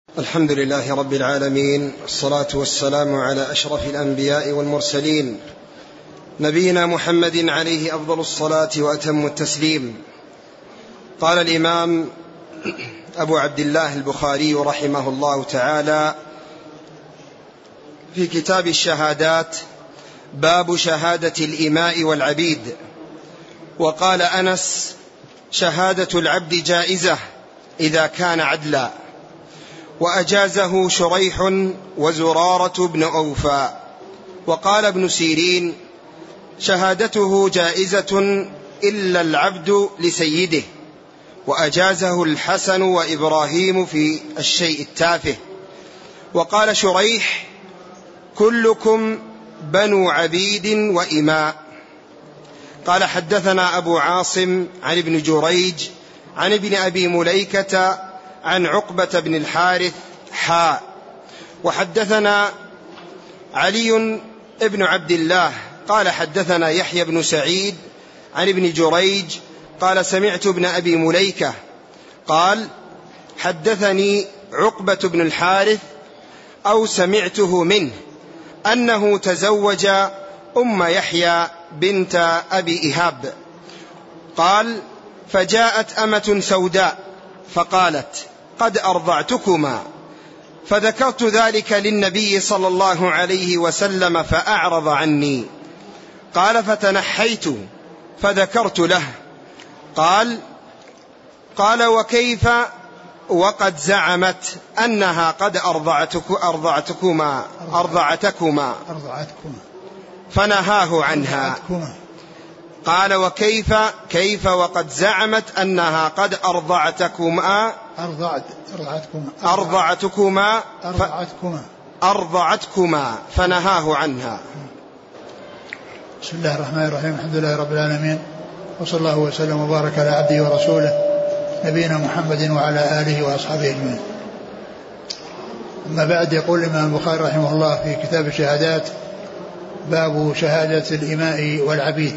الحمد لله رب العالمين، والصلاة والسلام على أشرف الأنبياء والمرسلين، نبينا محمد عليه أفضل الصلاة وأتم التسليم. قال الإمام أبو عبد الله البخاري رحمه الله تعالى في كتاب الشهادات: باب شهادة الإماء والعبيد. وقال أنس: شهادة العبد جائزة إذا كان عدلا. وأجازه شريح وزرارة بن أوفى. وقال ابن سيرين: شهادته جائزة إلا العبد لسيده. وأجازه الحسن وإبراهيم في الشيء التافه. وقال شريح: كلكم بنو عبيد وإماء. قال: حدثنا أبو عاصم عن ابن جريج عن ابن أبي مليكة عن عقبة بن الحارث وحدثنا علي بن عبد الله قال: حدثنا يحيى بن سعيد عن ابن جريج قال: سمعت ابن أبي مليكة قال: حدثني عقبة بن الحارث أو سمعته منه أنه تزوج أم يحيى بنت أبي إيهاب. قال: فجاءت أمة سوداء فقالت: قد أرضعتكما. فذكرت ذلك للنبي صلى الله عليه وسلم فأعرض عني. قال: فتنحيت فذكرت له. قال: وكيف وقد زعمت أنها قد أرضعتكما فنهاه عنها. قال: وكيف وقد زعمت أنها قد أرضعتكما فنهاه عنها. بسم الله الرحمن الرحيم. الحمد لله رب العالمين، وصلى الله وسلم وبارك على عبده ورسوله نبينا محمد وعلى آله وأصحابه أجمعين. أما بعد، يقول الإمام البخاري رحمه الله في كتاب الشهادات: باب شهادة الإماء والعبيد،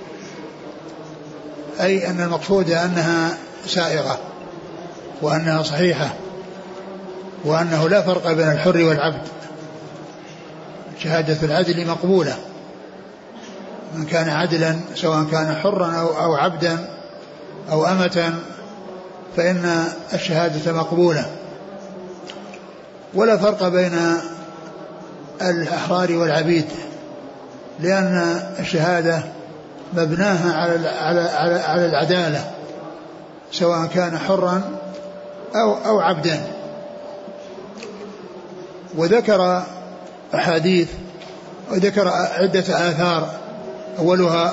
أي أن المقصود أنها سائغة وأنها صحيحة، وأنه لا فرق بين الحر والعبد. شهادة العدل مقبولة، من كان عدلا سواء كان حرا أو عبدا أو أمة فإن الشهادة مقبولة. ولا فرق بين الأحرار والعبيد، لأن الشهادة مبناها على العدالة سواء كان حرا أو عبدا. وذكر أحاديث وذكر عدة آثار. أولها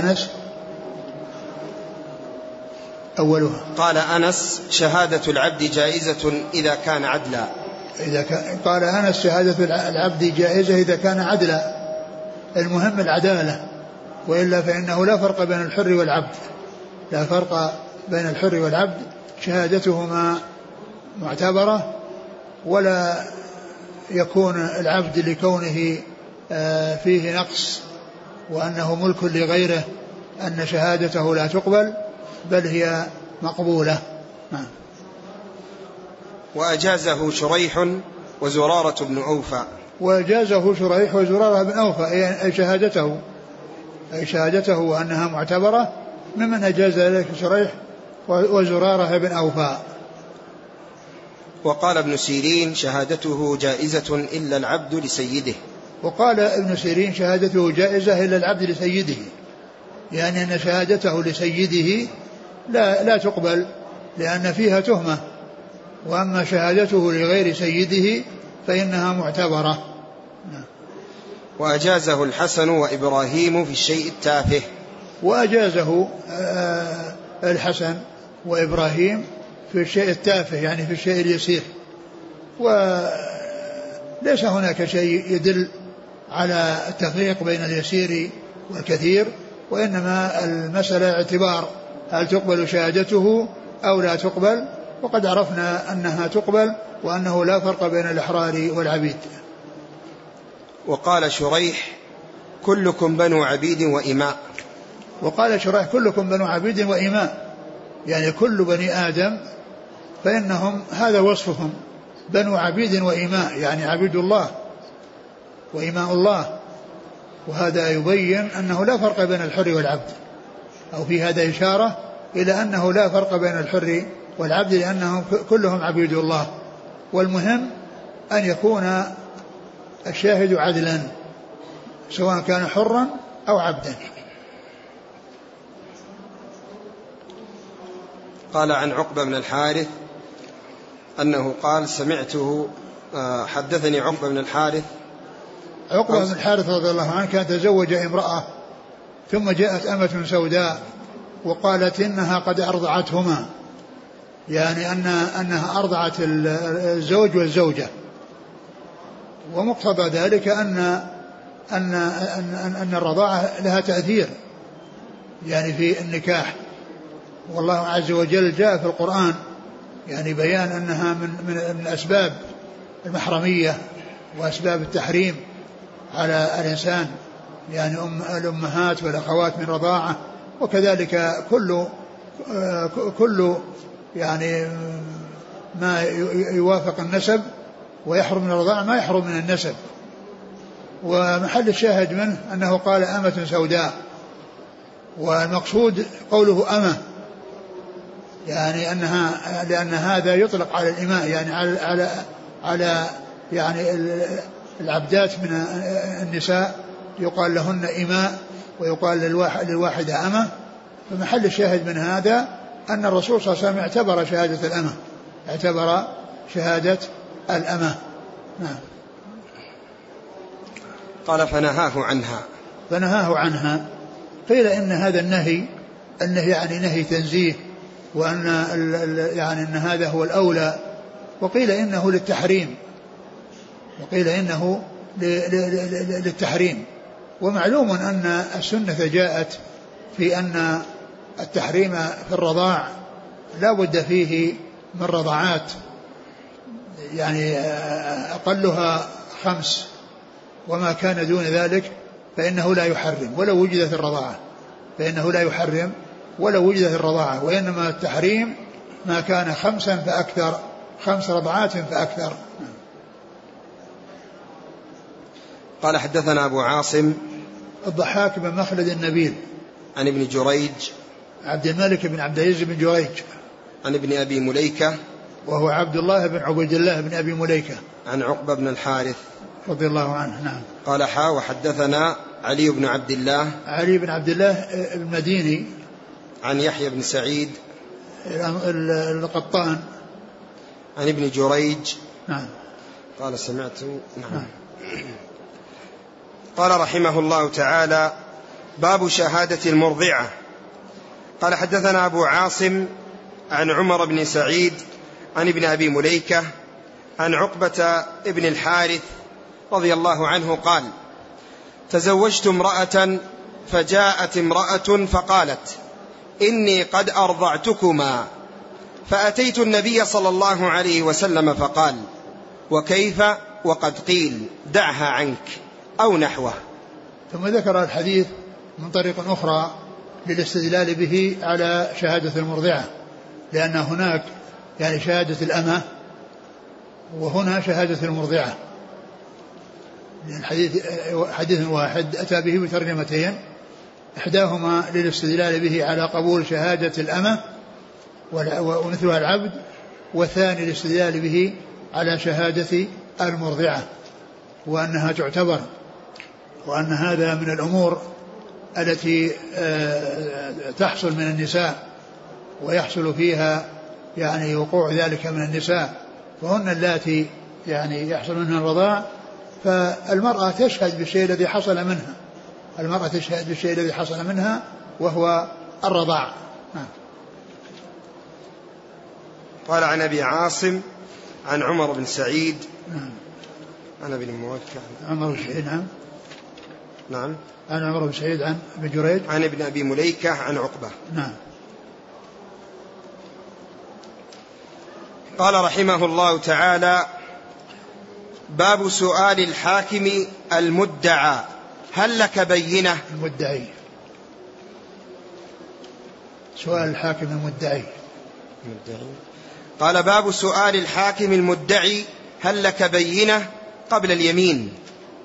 قال أنس: شهادة العبد جائزة إذا كان عدلا. قال أنس: شهادة العبد جائزة إذا كان عدلا. المهم العدالة، وإلا فإنه لا فرق بين الحر والعبد، لا فرق بين الحر والعبد، شهادتهما معتبرة، ولا يكون العبد لكونه فيه نقص وأنه ملك لغيره أن شهادته لا تقبل، بل هي مقبولة. وأجازه شريح وزرارة بن أوفى. وأجازه شريح وزرارة بن أوفى، أي شهادته وأنها معتبرة، ممن أجاز ذلك شريح وزرارة بن أوفى. وقال ابن سيرين: شهادته جائزة إلا العبد لسيده. وقال ابن سيرين: شهادته جائزة إلا العبد لسيده، يعني أن شهادته لسيده لا تقبل لأن فيها تهمة، وأما شهادته لغير سيده فإنها معتبرة. وأجازه الحسن وإبراهيم في الشيء التافه. وأجازه الحسن وإبراهيم في الشيء التافه، يعني في الشيء اليسير. وليس هناك شيء يدل على التفريق بين اليسير والكثير، وإنما المسألة اعتبار هل تقبل شهادته أو لا تقبل، وقد عرفنا أنها تقبل، وأنه لا فرق بين الأحرار والعبيد. وقال شريح: كلكم بنو عبيد وإماء. وقال شريح: كلكم بنو عبيد وإماء، يعني كل بني آدم فإنهم هذا وصفهم، بنو عبيد وإماء، يعني عبيد الله وإماء الله. وهذا يبين أنه لا فرق بين الحر والعبد، أو في هذا إشارة إلى أنه لا فرق بين الحر والعبد، لأنهم كلهم عبيد الله. والمهم أن يكون الشاهد عدلا سواء كان حرا أو عبدا. قال عن عقبة بن الحارث أنه قال سمعته حدثني عقبة بن الحارث. عقبة بن الحارث رضي الله عنه كان تزوج امرأة ثم جاءت أمة سوداء وقالت إنها قد أرضعتهما، يعني أنها أرضعت الزوج والزوجة، ومقتضى ذلك أن الرضاعة لها تأثير يعني في النكاح. والله عز وجل جاء في القرآن يعني بيان أنها من أسباب المحرمية وأسباب التحريم على الإنسان، يعني الأمهات والأخوات من رضاعة، وكذلك كل يعني ما يوافق النسب ويحرم من الرضاعة ما يحرم من النسب. ومحل الشاهد منه أنه قال أمة سوداء، والمقصود قوله أمة يعني لأن هذا يطلق على الإماء، يعني على يعني العبدات من النساء يقال لهن إماء ويقال للواحدة أمة. فمحل الشاهد من هذا أن الرسول صلى الله عليه وسلم اعتبر شهادة الأمة. نعم. قال فنهاه عنها. قيل إن هذا النهي يعني نهي تنزيه، وأن يعني أن هذا هو الأولى، وقيل إنه للتحريم. ومعلوم أن السنة جاءت في أن التحريم في الرضاع لا بد فيه من رضعات، يعني أقلها 5، وما كان دون ذلك فإنه لا يحرم ولو وجدت الرضاعة، وإنما التحريم ما كان 5 فأكثر، 5 رضعات فأكثر. قال حدثنا أبو عاصم الضحاك بن مخلد النبيل عن ابن جريج عبد الملك بن عبد العزيز بن جريج عن ابن أبي مليكة وهو عبد الله بن عبيد الله بن أبي مليكة عن عقبة بن الحارث رضي الله عنه. نعم. قال وحدثنا علي بن عبد الله المديني عن يحيى بن سعيد القطان عن ابن جريج. نعم. قال سمعت. نعم. قال رحمه الله تعالى باب شهادة المرضعة. قال حدثنا أبو عاصم عن عمر بن سعيد عن ابن أبي مليكة عن عقبة ابن الحارث رضي الله عنه قال تزوجت امرأة فجاءت امرأة فقالت إني قد أرضعتكما، فأتيت النبي صلى الله عليه وسلم فقال وكيف وقد قيل دعها عنك أو نحوه. ثم ذكر الحديث من طريق أخرى للاستدلال به على شهادة المرضعة، لأن هناك يعني شهادة الأمة وهنا شهادة المرضعة، حديث واحد أتى به بترجمتين، إحداهما للاستدلال به على قبول شهادة الأمة ومثلها العبد، والثاني للاستدلال به على شهادة المرضعة وأنها تعتبر، وأن هذا من الأمور التي تحصل من النساء ويحصل فيها يعني وقوع ذلك من النساء، وهن اللاتي يعني يحصل منها الرضاع، فالمرأة تشهد بالشيء الذي حصل منها وهو الرضاع. قال عن أبي عاصم عن عمر بن سعيد عن ابن موكل عمر بن سعيد نعم عن عمر بن سعيد عن ابن جريج عن ابن أبي مليكة عن عقبة. نعم. قال رحمه الله تعالى باب سؤال الحاكم المدعى هل لك بينة. المدعي، سؤال الحاكم المدعي. قال باب سؤال الحاكم المدعي هل لك بينة قبل اليمين؟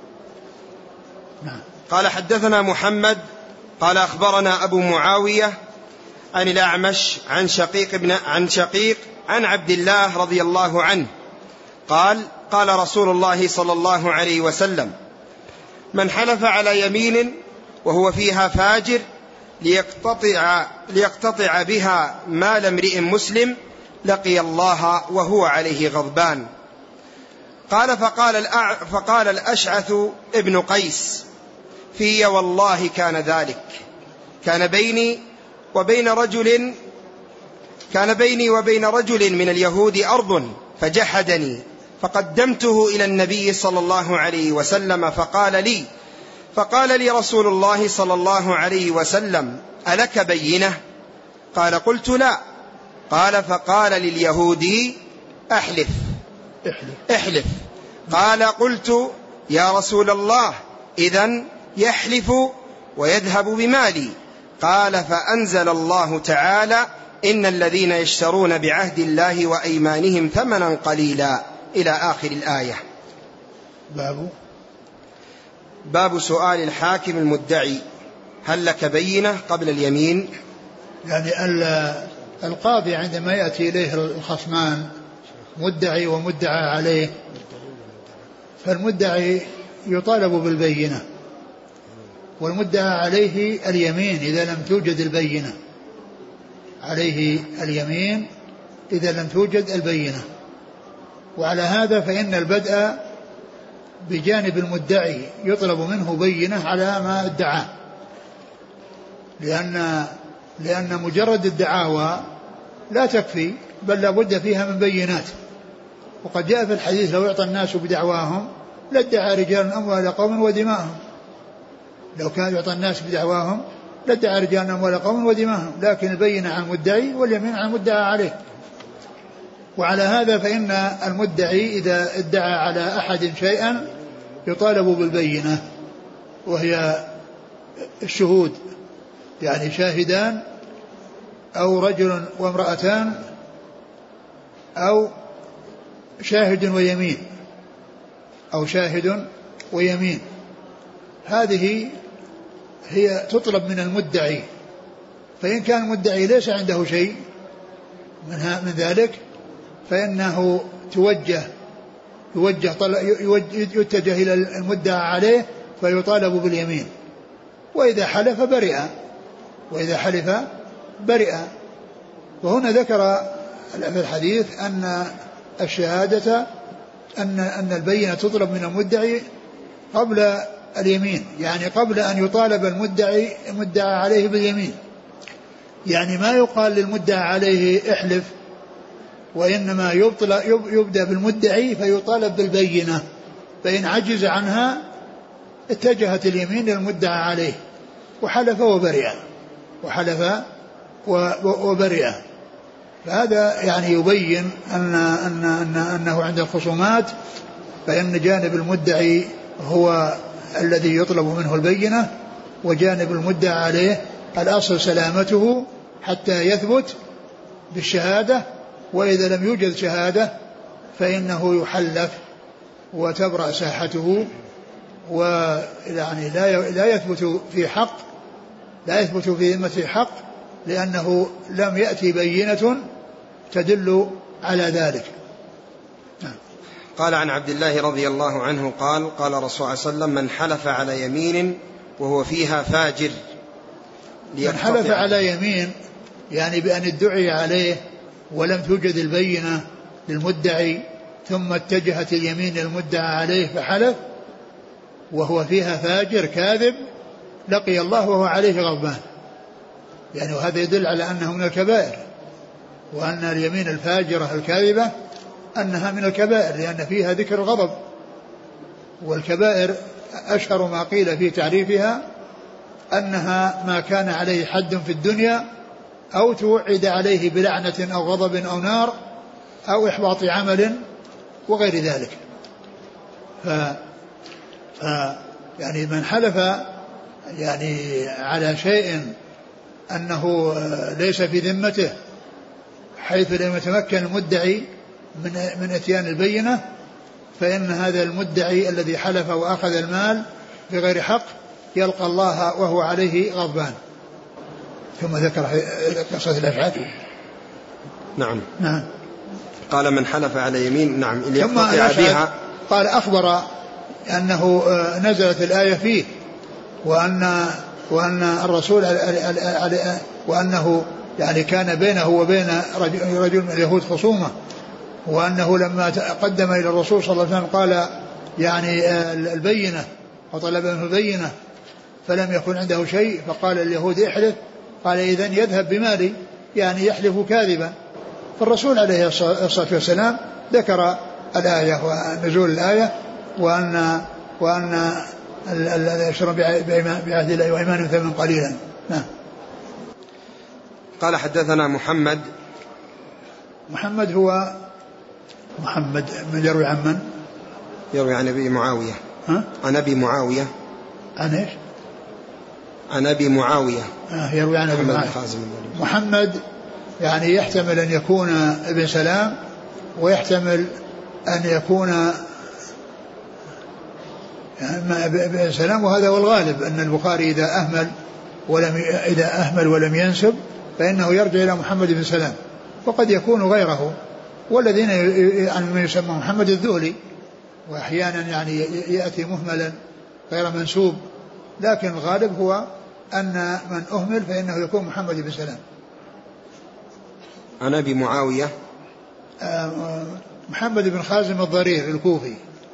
قال حدثنا محمد قال أخبرنا أبو معاوية عن الأعمش عن شقيق عن عبد الله رضي الله عنه قال قال رسول الله صلى الله عليه وسلم: من حلف على يمين وهو فيها فاجر ليقتطع بها مال امرئ مسلم لقي الله وهو عليه غضبان. قال فقال الأشعث ابن قيس: في والله كان ذلك، كان بيني وبين رجل من اليهود أرض فجحدني فقدمته إلى النبي صلى الله عليه وسلم فقال لي رسول الله صلى الله عليه وسلم: ألك بينة؟ قال: قلت لا. قال فقال لليهودي: احلف. قال: قلت يا رسول الله إذن يحلف ويذهب بمالي. قال: فأنزل الله تعالى: إن الذين يشترون بعهد الله وأيمانهم ثمنا قليلا إلى آخر الآية. باب سؤال الحاكم المدعي: هل لك بينة قبل اليمين؟ يعني القاضي عندما يأتي إليه الخصمان مدعي ومدعى عليه، فالمدعي يطالب بالبينة، والمدعى عليه اليمين إذا لم توجد البينة، عليه اليمين إذا لم توجد البينة. وعلى هذا فإن البدء بجانب المدعي يطلب منه بينة على ما ادعاه، لأن مجرد الدعاوى لا تكفي، بل لا بد فيها من بينات. وقد جاء في الحديث: لو يعطى الناس بدعواهم لادعى رجال أموال قوم ودماءهم. لو كان يعطى الناس بدعواهم لادعى رجال أموال قوم ودماءهم، لكن البينة على المدعي واليمين على المدعى عليه. وعلى هذا فإن المدعي إذا ادعى على أحد شيئا يطالب بالبينة، وهي الشهود، يعني شاهدان أو رجل وامرأتان أو شاهد ويمين هذه هي تطلب من المدعي. فإن كان المدعي ليس عنده شيء من ذلك فإنه يتجه إلى المدعى عليه فيطالب باليمين. وإذا حلف برئ. وهنا ذكر في الحديث أن الشهادة أن البينة تطلب من المدعي قبل اليمين، يعني قبل أن يطالب المدعى عليه باليمين. يعني ما يقال للمدعى عليه احلف، وإنما يبدأ بالمدعي فيطالب بالبينة، فإن عجز عنها اتجهت اليمين للمدعى عليه وحلف وبرئ. فهذا يعني يبين أنه عند الخصومات فإن جانب المدعي هو الذي يطلب منه البينة، وجانب المدعى عليه الأصل سلامته حتى يثبت بالشهادة، وإذا لم يوجد شهادة فإنه يحلف وتبرأ ساحته، ويعني لا يثبت في ذمة حق لأنه لم يأتي بينة تدل على ذلك. قال عن عبد الله رضي الله عنه قال قال رسول الله صلى الله عليه وسلم: من حلف على يمين وهو فيها فاجر من حلف على يمين يعني بأن ادعي عليه ولم توجد البينة للمدعي، ثم اتجهت اليمين للمدعى عليه فحلف وهو فيها فاجر كاذب، لقي الله وهو عليه غضبان. يعني وهذا يدل على أنه من الكبائر، وأن اليمين الفاجرة الكاذبة أنها من الكبائر لأن فيها ذكر الغضب. والكبائر أشهر ما قيل في تعريفها أنها ما كان عليه حد في الدنيا أو توعد عليه بلعنة أو غضب أو نار أو إحباط عمل وغير ذلك. يعني من حلف يعني على شيء أنه ليس في ذمته حيث لم يتمكن المدعي من اتيان البينة، فإن هذا المدعي الذي حلف وأخذ المال بغير حق يلقى الله وهو عليه غضبان. ثم ذكر قصة الأشعث. نعم. نعم. قال من حلف على يمين نعم ثم بها قال أخبر أنه نزلت الآية فيه وأن الرسول وأنه يعني كان بينه وبين رجل من اليهود خصومة، وأنه لما قدم إلى الرسول صلى الله عليه وسلم قال يعني البينة وطلب منه البينة فلم يكن عنده شيء، فقال اليهود احلف، قال إذن يذهب بمالي، يعني يحلف كاذبا. فالرسول عليه الصلاة والسلام ذكر الآية ونزول الآية وأن يشترون بعهد الله وإيمانهم ثمنا قليلا. نعم. قال حدثنا محمد هو محمد من يروي عن من؟ يروي عن أبي معاوية. عن أبي معاوية. عن إيش؟ عن أبي معاوية. يروي عن أبي معاوية. محمد يعني يحتمل أن يكون ابن سلام، ويحتمل أن يكون ابن سلام، وهذا هو الغالب أن البخاري إذا أهمل ولم ينسب فإنه يرجع إلى محمد بن سلام، وقد يكون غيره، والذين يعني من يسمى محمد الذهلي، وأحيانا يعني يأتي مهملا غير منسوب، لكن الغالب هو أن من أهمل فإنه يكون محمد بن سلام. عن أبي معاوية محمد بن خازم الضرير الكوفي.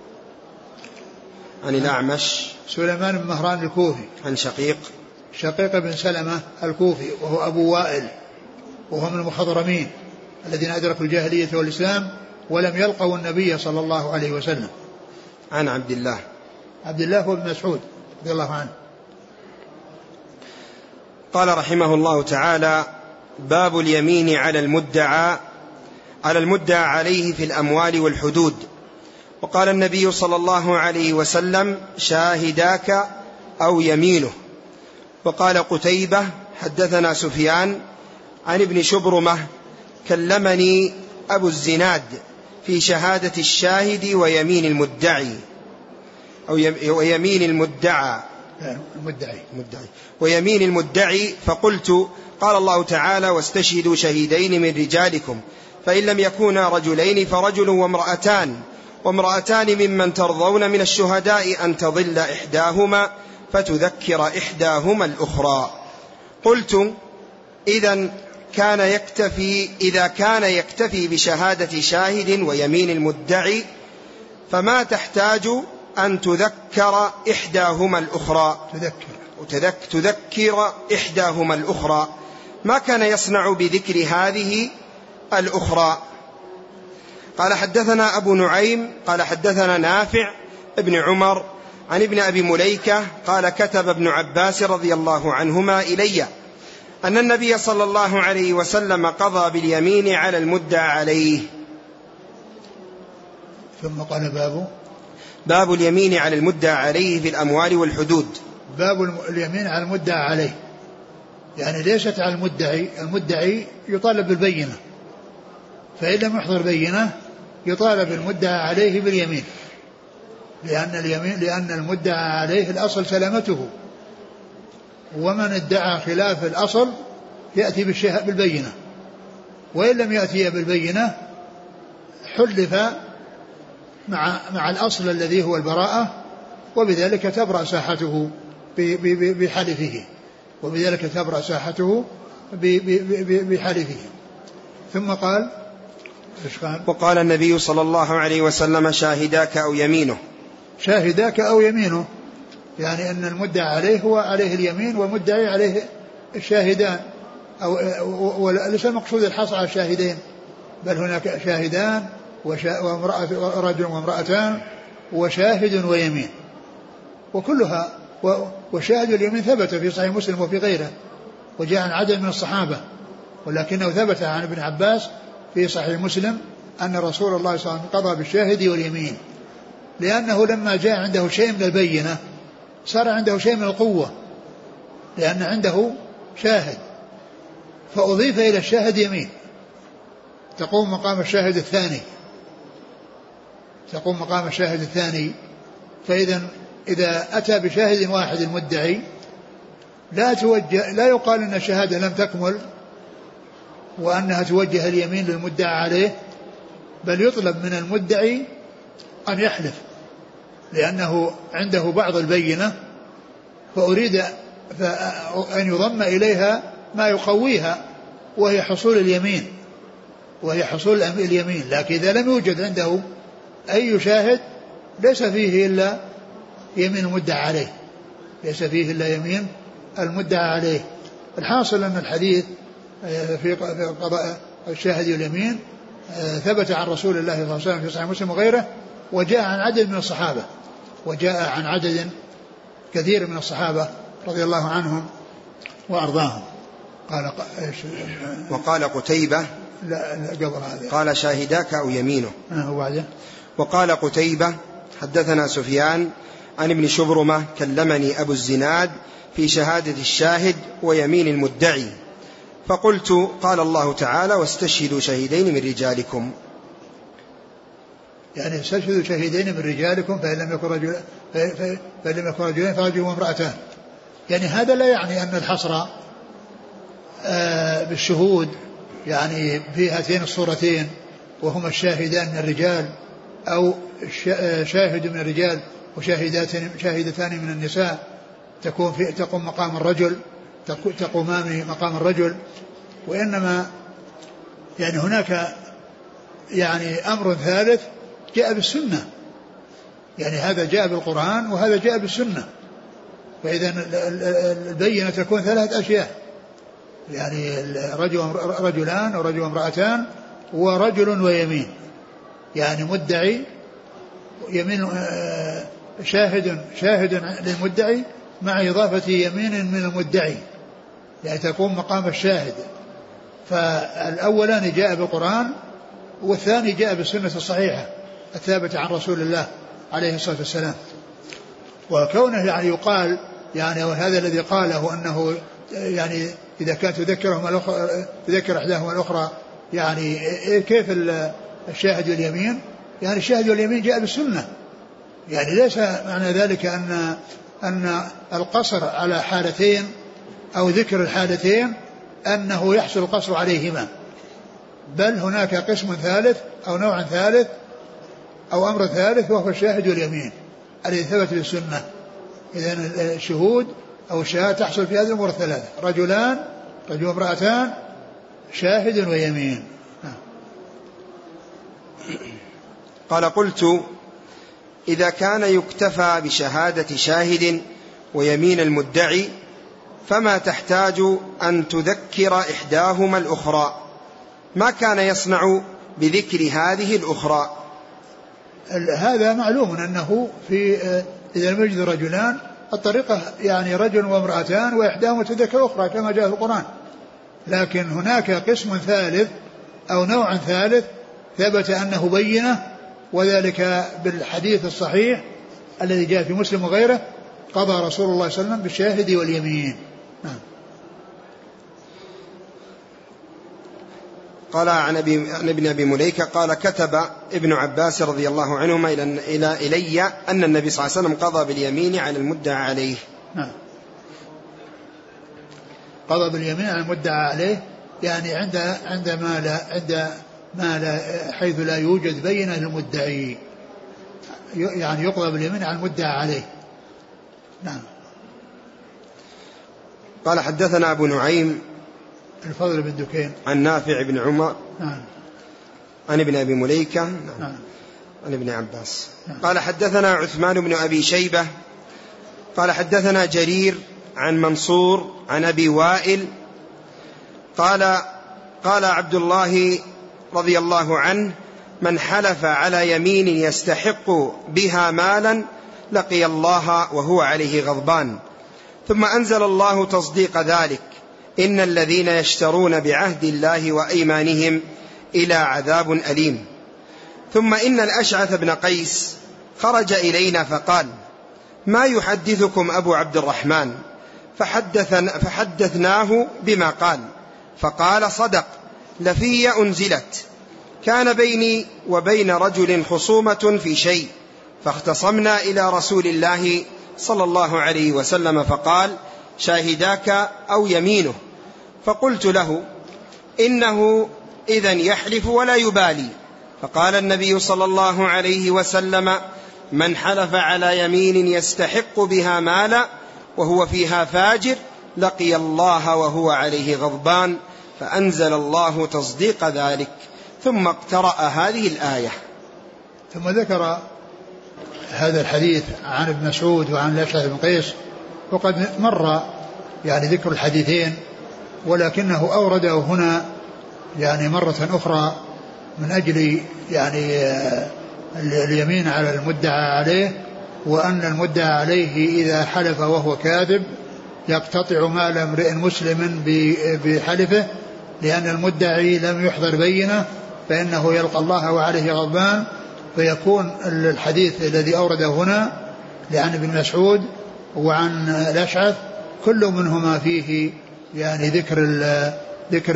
عن الأعمش سليمان بن مهران الكوفي. عن شقيق بن سلمة الكوفي وهو أبو وائل، وهو من المخضرمين الذين أدركوا الجاهلية والإسلام ولم يلقوا النبي صلى الله عليه وسلم. عن عبد الله هو ابن مسعود رضي الله عنه. قال رحمه الله تعالى: باب اليمين على المدعى عليه في الأموال والحدود. وقال النبي صلى الله عليه وسلم: شاهداك أو يمينه. وقال قتيبة: حدثنا سفيان عن ابن شبرمة: كلمني أبو الزناد في شهادة الشاهد ويمين المدعي ويمين المدعي فقلت: قال الله تعالى: واستشهدوا شهيدين من رجالكم، فإن لم يكونا رجلين فرجل وامرأتان ممن ترضون من الشهداء أن تضل إحداهما فتذكر إحداهما الأخرى. قلت: إذا كان يكتفي بشهادة شاهد ويمين المدعي فما تحتاج أن تذكر إحداهما الأخرى، ما كان يصنع بذكر هذه الأخرى. قال حدثنا أبو نعيم قال حدثنا نافع ابن عمر عن ابن أبي مليكة قال: كتب ابن عباس رضي الله عنهما إلي أن النبي صلى الله عليه وسلم قضى باليمين على المدعى عليه. ثم قال: باب اليمين على المدعى عليه في الأموال والحدود. باب اليمين على المدعى عليه، يعني ليست على المدعي يطالب بالبينة، فإن لم يحضر بينة يطالب المدعى عليه باليمين، لأن المدعى عليه الأصل سلامته، ومن ادعى خلاف الأصل يأتي بالبينة، وإن لم يأتي بالبينة حلف مع الأصل الذي هو البراءة، وبذلك تبرأ ساحته بحلفه. ثم قال: وقال النبي صلى الله عليه وسلم: شاهداك أو يمينه، يعني أن المدعى عليه هو عليه اليمين والمدعي عليه الشاهدان، وليس المقصود الحصر على الشاهدين، بل هناك شاهدان ورجل وامرأتان وشاهد ويمين، وكلها وشاهد اليمين ثبت في صحيح مسلم وفي غيره، وجاء عن عدد من الصحابة، ولكنه ثبت عن ابن عباس في صحيح مسلم أن رسول الله صلى الله عليه وسلم قضى بالشاهد واليمين، لأنه لما جاء عنده شيء من البينة صار عنده شيء من القوة، لأن عنده شاهد، فأضيف إلى الشاهد يمين تقوم مقام الشاهد الثاني. تقوم مقام الشاهد الثاني. إذا أتى بشاهد واحد المدعي لا يقال أن الشهادة لم تكمل وأنها توجه اليمين للمدعى عليه، بل يطلب من المدعي أن يحلف لأنه عنده بعض البينة، فأريد أن يضم إليها ما يقويها وهي حصول اليمين. لكن إذا لم يوجد عنده أي شاهد ليس فيه إلا يمين المدعى عليه. الحاصل أن الحديث في قضاء الشاهد واليمين ثبت عن رسول الله صلى الله عليه وسلم في صحيح مسلم وغيره، وجاء عن عدد من الصحابة، وجاء عن عدد كثير من الصحابة رضي الله عنهم وأرضاهم. وقال قتيبة قال شاهداك أو يمينه. وقال قتيبة حدثنا سفيان عن ابن شبرمة كلمني أبو الزناد في شهادة الشاهد ويمين المدعي، فقلت قال الله تعالى واستشهدوا شهيدين من رجالكم، يعني استشهدوا شهيدين من رجالكم فإن لم يكن رجلين فرجل وامرأتان. يعني هذا لا يعني أن الحصر بالشهود يعني في هاتين الصورتين وهما الشاهدان من الرجال أو شاهد من الرجال وشاهدتان من النساء تقوم مقام الرجل، تقومان مقام الرجل. وإنما يعني هناك يعني أمر ثالث جاء بالسنة، يعني هذا جاء بالقرآن وهذا جاء بالسنة. فإذا البينة تكون ثلاث أشياء، يعني رجلان ورجل وامرأتان ورجل ويمين، يعني مدعي يمين شاهد للمدعي مع إضافة يمين من المدعي، يعني تقوم مقام الشاهد. فالأولان جاء بالقرآن والثاني جاء بالسنة الصحيحة الثابتة عن رسول الله عليه الصلاة والسلام. وكونه يعني يقال يعني وهذا الذي قاله أنه يعني إذا كانت تذكر إحداهما الأخرى، يعني كيف الشاهد واليمين؟ يعني الشاهد واليمين جاء بالسنة، يعني ليس معنى ذلك أن القصر على حالتين أو ذكر الحالتين أنه يحصل القصر عليهما، بل هناك قسم ثالث أو نوع ثالث أو أمر ثالث وهو الشاهد واليمين الذي ثبت بالسنة. إذن الشهود أو الشهادة تحصل في هذه الأمور الثلاثة: رجل وامرأتان، شاهد ويمين. قال قلت إذا كان يكتفى بشهادة شاهد ويمين المدعي فما تحتاج أن تذكر إحداهما الأخرى؟ ما كان يصنع بذكر هذه الأخرى؟ هذا معلوم أنه إذا لم يوجد رجلان الطريقة يعني رجل وامرأتان وإحداهما تذكر أخرى كما جاء في القرآن. لكن هناك قسم ثالث أو نوع ثالث ثبت أنه بينة، وذلك بالحديث الصحيح الذي جاء في مسلم وغيره: قضى رسول الله صلى الله عليه وسلم بالشاهد واليمين. قال عن ابن أبي مليكة قال كتب ابن عباس رضي الله عنهما إلي أن النبي صلى الله عليه وسلم قضى باليمين على المدعى عليه. قضى باليمين على المدعى عليه، يعني عند ما لا حيث لا يوجد بينة للمدعي، يعني يقضى باليمين على المدعى عليه. نعم. قال حدثنا أبو نعيم الفضل بن دكين عن نافع بن عمر عن ابن أبي مليكة عن ابن عباس. قال حدثنا عثمان بن أبي شيبة قال حدثنا جرير عن منصور عن أبي وائل قال عبد الله رضي الله عنه: من حلف على يمين يستحق بها مالا لقي الله وهو عليه غضبان. ثم أنزل الله تصديق ذلك: إن الذين يشترون بعهد الله وأيمانهم إلى عذاب أليم. ثم إن الأشعث بن قيس خرج إلينا فقال: ما يحدثكم أبو عبد الرحمن؟ فحدثناه بما قال، فقال: صدق، لفي أنزلت. كان بيني وبين رجل خصومة في شيء، فاختصمنا إلى رسول الله صلى الله عليه وسلم فقال: شاهداك أو يمينه؟ فقلت له: إنه إذن يحلف ولا يبالي. فقال النبي صلى الله عليه وسلم: من حلف على يمين يستحق بها مالا وهو فيها فاجر لقي الله وهو عليه غضبان. فأنزل الله تصديق ذلك، ثم اقترأ هذه الآية. ثم ذكر هذا الحديث عن ابن مسعود وعن الأشعث بن قيس، وقد مر يعني ذكر الحديثين، ولكنه أورده هنا يعني مرة أخرى من أجل يعني اليمين على المدعى عليه، وأن المدعى عليه إذا حلف وهو كاذب يقتطع مال امرئ مسلم بحلفه، لأن المدعي لم يحضر بينه فإنه يلقى الله وعليه غضبان. فيكون الحديث الذي أورده هنا لعن ابن مسعود وعن الأشعث كل منهما فيه يعني ذكر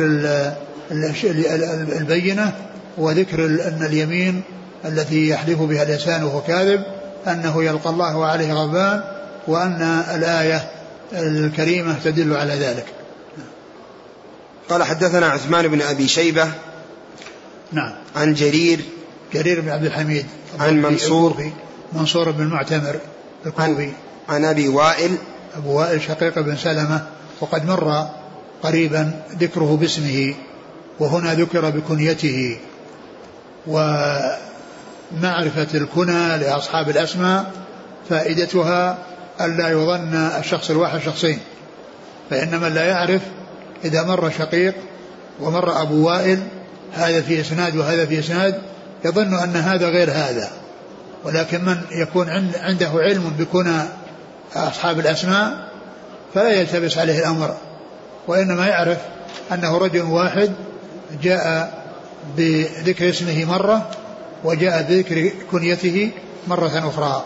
البينة، وذكر أن اليمين التي يحلف بها الإنسان وهو كاذب أنه يلقى الله وعليه غضبان، وأن الآية الكريمة تدل على ذلك. قال: حدثنا عثمان بن أبي شيبة. نعم. عن جرير بن عبد الحميد. عن منصور بن المعتمر الكوفي. عن أبي وائل. أبو وائل شقيق بن سلمة، وقد مر قريبا ذكره باسمه، وهنا ذكر بكنيته. ومعرفة الكنى لأصحاب الأسماء فائدتها ألا يظن الشخص الواحد شخصين، فإن من لا يعرف إذا مر شقيق ومر أبو وائل هذا في إسناد وهذا في إسناد يظن أن هذا غير هذا، ولكن من يكون عنده علم بكنى أصحاب الأسماء فلا يلتبس عليه الأمر، وإنما يعرف أنه رجل واحد جاء بذكر اسمه مرة وجاء بذكر كنيته مرة أخرى.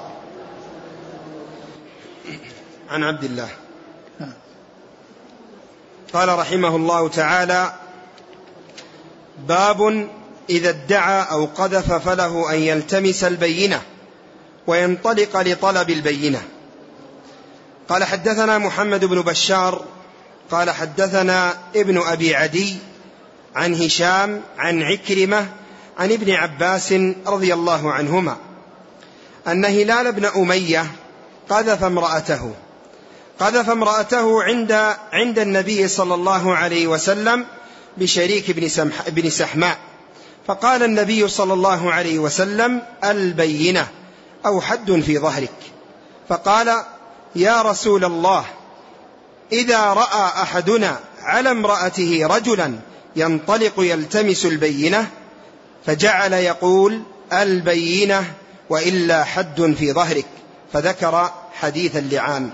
عن عبد الله قال رحمه الله تعالى: باب إذا ادعى أو قذف فله أن يلتمس البينة وينطلق لطلب البينة. قال: حدثنا محمد بن بشار قال: حدثنا ابن أبي عدي عن هشام عن عكرمة عن ابن عباس رضي الله عنهما أن هلال بن أمية قذف امرأته عند النبي صلى الله عليه وسلم بشريك بن سحماء، فقال النبي صلى الله عليه وسلم: البينة أو حد في ظهرك. فقال: يا رسول الله، إذا رأى أحدنا على امرأته رجلا ينطلق يلتمس البينة، فجعل يقول: البينة وإلا حد في ظهرك، فذكر حديث اللعان.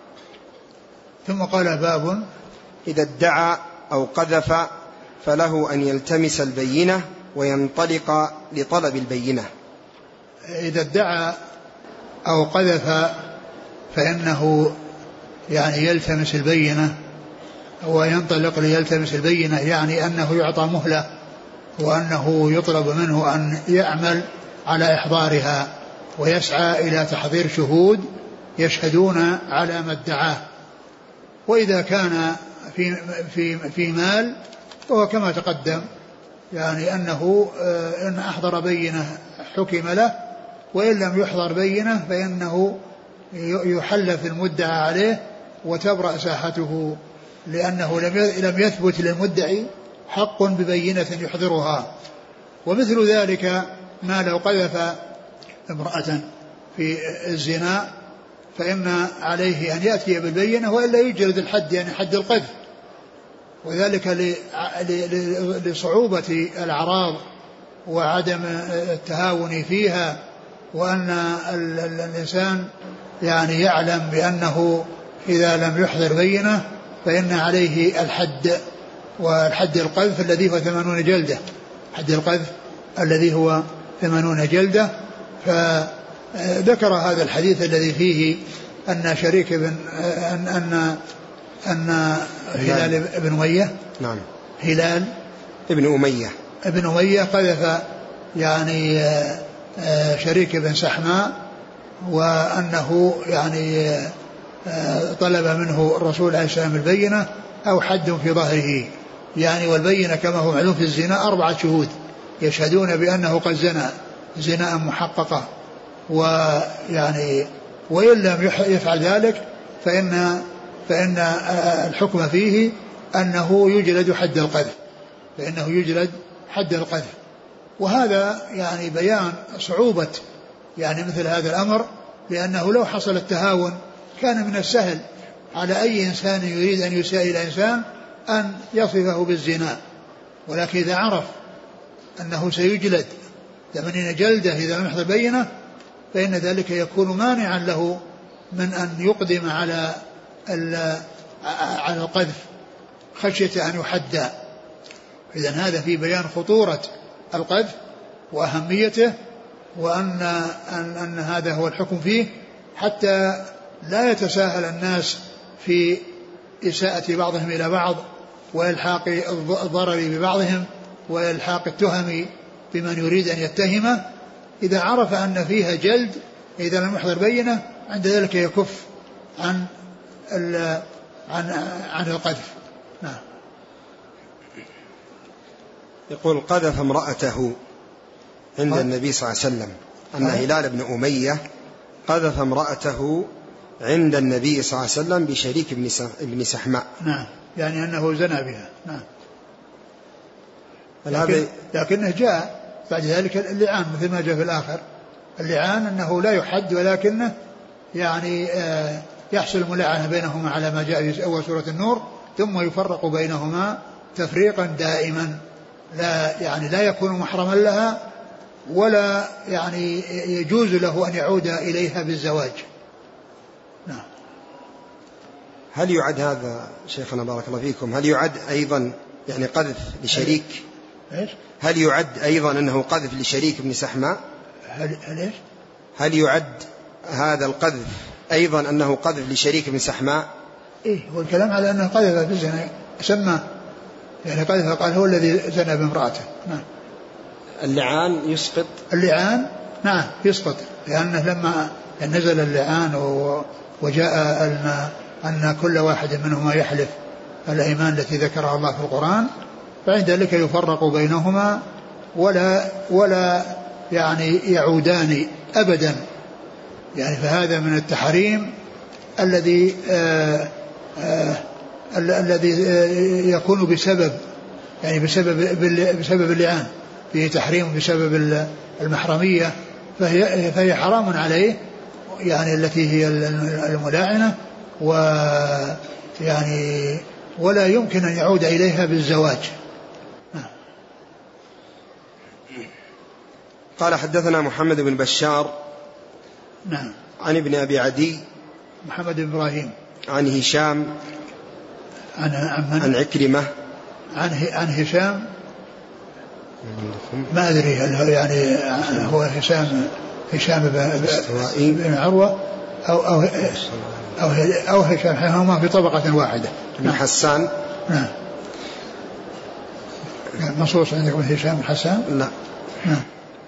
ثم قال: باب إذا ادعى أو قذف فله أن يلتمس البينة وينطلق لطلب البينة. إذا ادعى أو قذف فإنه يعني يلتمس البينة وينطلق ليلتمس البينة، يعني أنه يعطى مهلة وأنه يطلب منه أن يعمل على إحضارها ويسعى إلى تحضير شهود يشهدون على ما ادعاه. وإذا كان في مال وهو كما تقدم يعني أنه إن أحضر بينة حكم له، وإن لم يحضر بينة فإنه يحلف المدعى عليه وتبرأ ساحته، لأنه لم يثبت للمدعي حق ببينة يحضرها. ومثل ذلك ما لو قذف امرأة في الزنا فإن عليه أن يأتي بالبينة وإلا يجلد الحد، يعني حد القذف، وذلك لصعوبة الأعراض وعدم التهاون فيها، وأن الإنسان يعني يعلم بأنه إذا لم يحضر بينة فإن عليه الحد، والحد القذف الذي هو 80 جلدة، حد القذف الذي هو 80 جلدة. فذكر هذا الحديث الذي فيه أن شريك أن هلال بن أمية، نعم، هلال ابن أمية ابن أمية قذف يعني شريك بن سحماء، وأنه يعني طلب منه الرسول عليه السلام البينة أو حد في ظهره، يعني والبينة كما هو معلوم في الزنا 4 شهود يشهدون بأنه قد زنى زنا محققة، ويعني وإن لم يفعل ذلك فإن الحكم فيه أنه يجلد حد القذف، فإنه يجلد حد القذف. وهذا يعني بيان صعوبة يعني مثل هذا الأمر، لأنه لو حصل التهاون كان من السهل على أي إنسان يريد أن يساء إلى إنسان أن يصفه بالزنا، ولكن إذا عرف أنه سيجلد 80 جلدة إذا لم يحضر بينة فإن ذلك يكون مانعا له من أن يقدم على القذف خشية أن يحدى. إذن هذا في بيان خطورة القذف وأهميته، وأن هذا هو الحكم فيه، حتى لا يتساهل الناس في إساءة بعضهم إلى بعض وإلحاق الضرر ببعضهم وإلحاق التهم بمن يريد أن يتهمه. إذا عرف أن فيها جلد إذا لم يحضر بينة عند ذلك يكف عن القذف. نعم. يقول قذف امرأته عند النبي صلى الله عليه وسلم، أن هلال بن أمية قذف امرأته عند النبي صلى الله عليه وسلم بشريك ابن سحماء. نعم، يعني أنه زنى بها. نعم. لكنه جاء بعد ذلك اللعان مثل ما جاء في الآخر، اللعان أنه لا يحد ولكنه يعني يحصل الملاعنة بينهما على ما جاء في أول سورة النور، ثم يفرق بينهما تفريقا دائما، لا يكون محرما لها ولا يعني يجوز له أن يعود إليها بالزواج. نعم. هل يعد هذا شيخنا بارك الله فيكم، هل يعد أيضا يعني قذف لشريك؟ هل يعد أيضا أنه قذف لشريك ابن سحماء؟ هل يعد هذا القذف أيضا أنه قذف لشريك ابن سحماء؟ إيه، هو الكلام على أنه قذف بالزنا سماه، يعني قذف قال هو الذي زنى بامرأته. نعم. اللعان يسقط؟ اللعان نعم يسقط، لأنه لما نزل اللعان وجاء أن كل واحد منهما يحلف الأيمان التي ذكرها الله في القرآن، فعند ذلك يفرق بينهما ولا يعني يعودان أبدا، يعني فهذا من التحريم الذي يكون بسبب يعني بسبب اللعان، فيه تحريم بسبب المحرمية، فهي حرام عليه يعني التي هي الملاعنة، ويعني ولا يمكن أن يعود إليها بالزواج. قال حدثنا محمد بن بشار. نعم. عن ابن أبي عدي محمد بن إبراهيم. عن هشام. عن عكرمة. عن هشام ما أدري هل يعني هو هشام بن عروة أو هشام، هما في طبقة واحدة. بن حسان. نعم. مصوص عندكم هشام بن حسان؟ لا. نعم.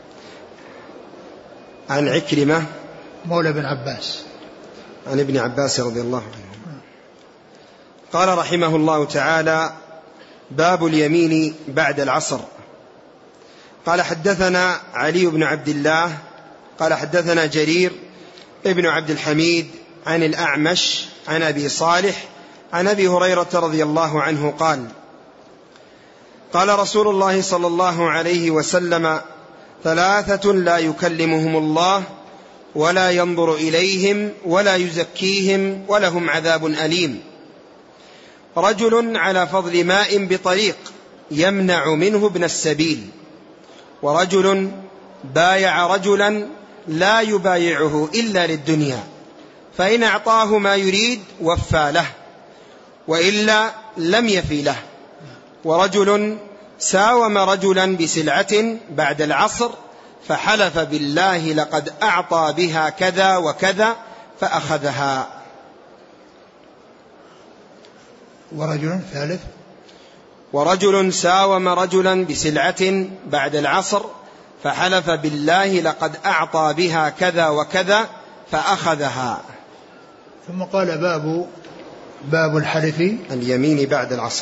عن عكرمة مولى بن عباس عن ابن عباس رضي الله عنه. قال رحمه الله تعالى: باب اليمين بعد العصر. قال حدثنا علي بن عبد الله قال حدثنا جرير ابن عبد الحميد عن الأعمش عن أبي صالح عن أبي هريرة رضي الله عنه قال: قال رسول الله صلى الله عليه وسلم: 3 لا يكلمهم الله ولا ينظر إليهم ولا يزكيهم ولهم عذاب أليم: رجل على فضل ماء بطريق يمنع منه ابن السبيل، ورجل بايع رجلا لا يبايعه إلا للدنيا، فإن أعطاه ما يريد وفى له وإلا لم يفي له، ورجل ساوم رجلا بسلعة بعد العصر فحلف بالله لقد أعطى بها كذا وكذا فأخذها. ورجل ثالث ورجل ساوم رجلا بسلعة بعد العصر فحلف بالله لقد أعطى بها كذا وكذا فأخذها. ثم قال باب الحلف اليمين بعد العصر.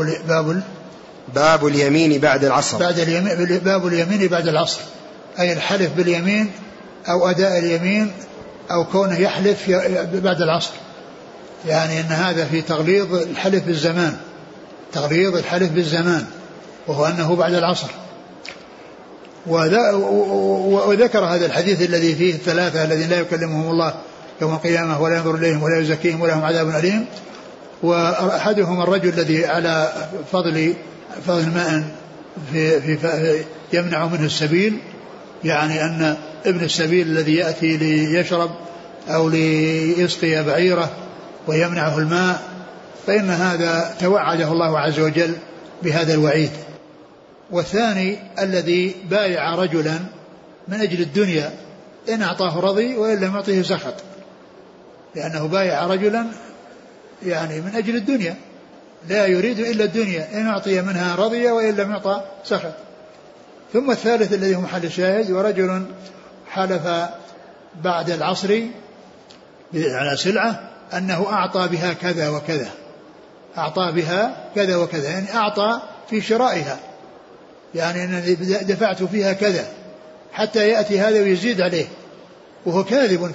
باب اليمين بعد العصر. باب اليمين بعد العصر، أي الحلف باليمين أو أداء اليمين أو كونه يحلف بعد العصر. يعني أن هذا في تغليظ الحلف بالزمان، وهو أنه بعد العصر. وذكر هذا الحديث الذي فيه الثلاثة الذين لا يكلمهم الله يوم القيامة ولا ينظر إليهم ولا يزكيهم ولهم عذاب أليم. وأحدهم الرجل الذي على فضل ماء في يمنع منه السبيل، يعني أن ابن السبيل الذي يأتي ليشرب أو ليسقي بعيره ويمنعه الماء، فإن هذا توعده الله عز وجل بهذا الوعيد. والثاني الذي بايع رجلا من أجل الدنيا، إن أعطاه رضي وإن لم يعطيه سخط، لأنه بايع رجلا يعني من أجل الدنيا، لا يريد إلا الدنيا، إن أعطي منها رضي وإن لم يعطى سخط. ثم الثالث الذي هو محل الشاهد، ورجل حلف بعد العصر على سلعة أنه أعطى بها كذا وكذا، يعني أعطى في شرائها، يعني أنني دفعت فيها كذا، حتى يأتي هذا ويزيد عليه، وهو كاذب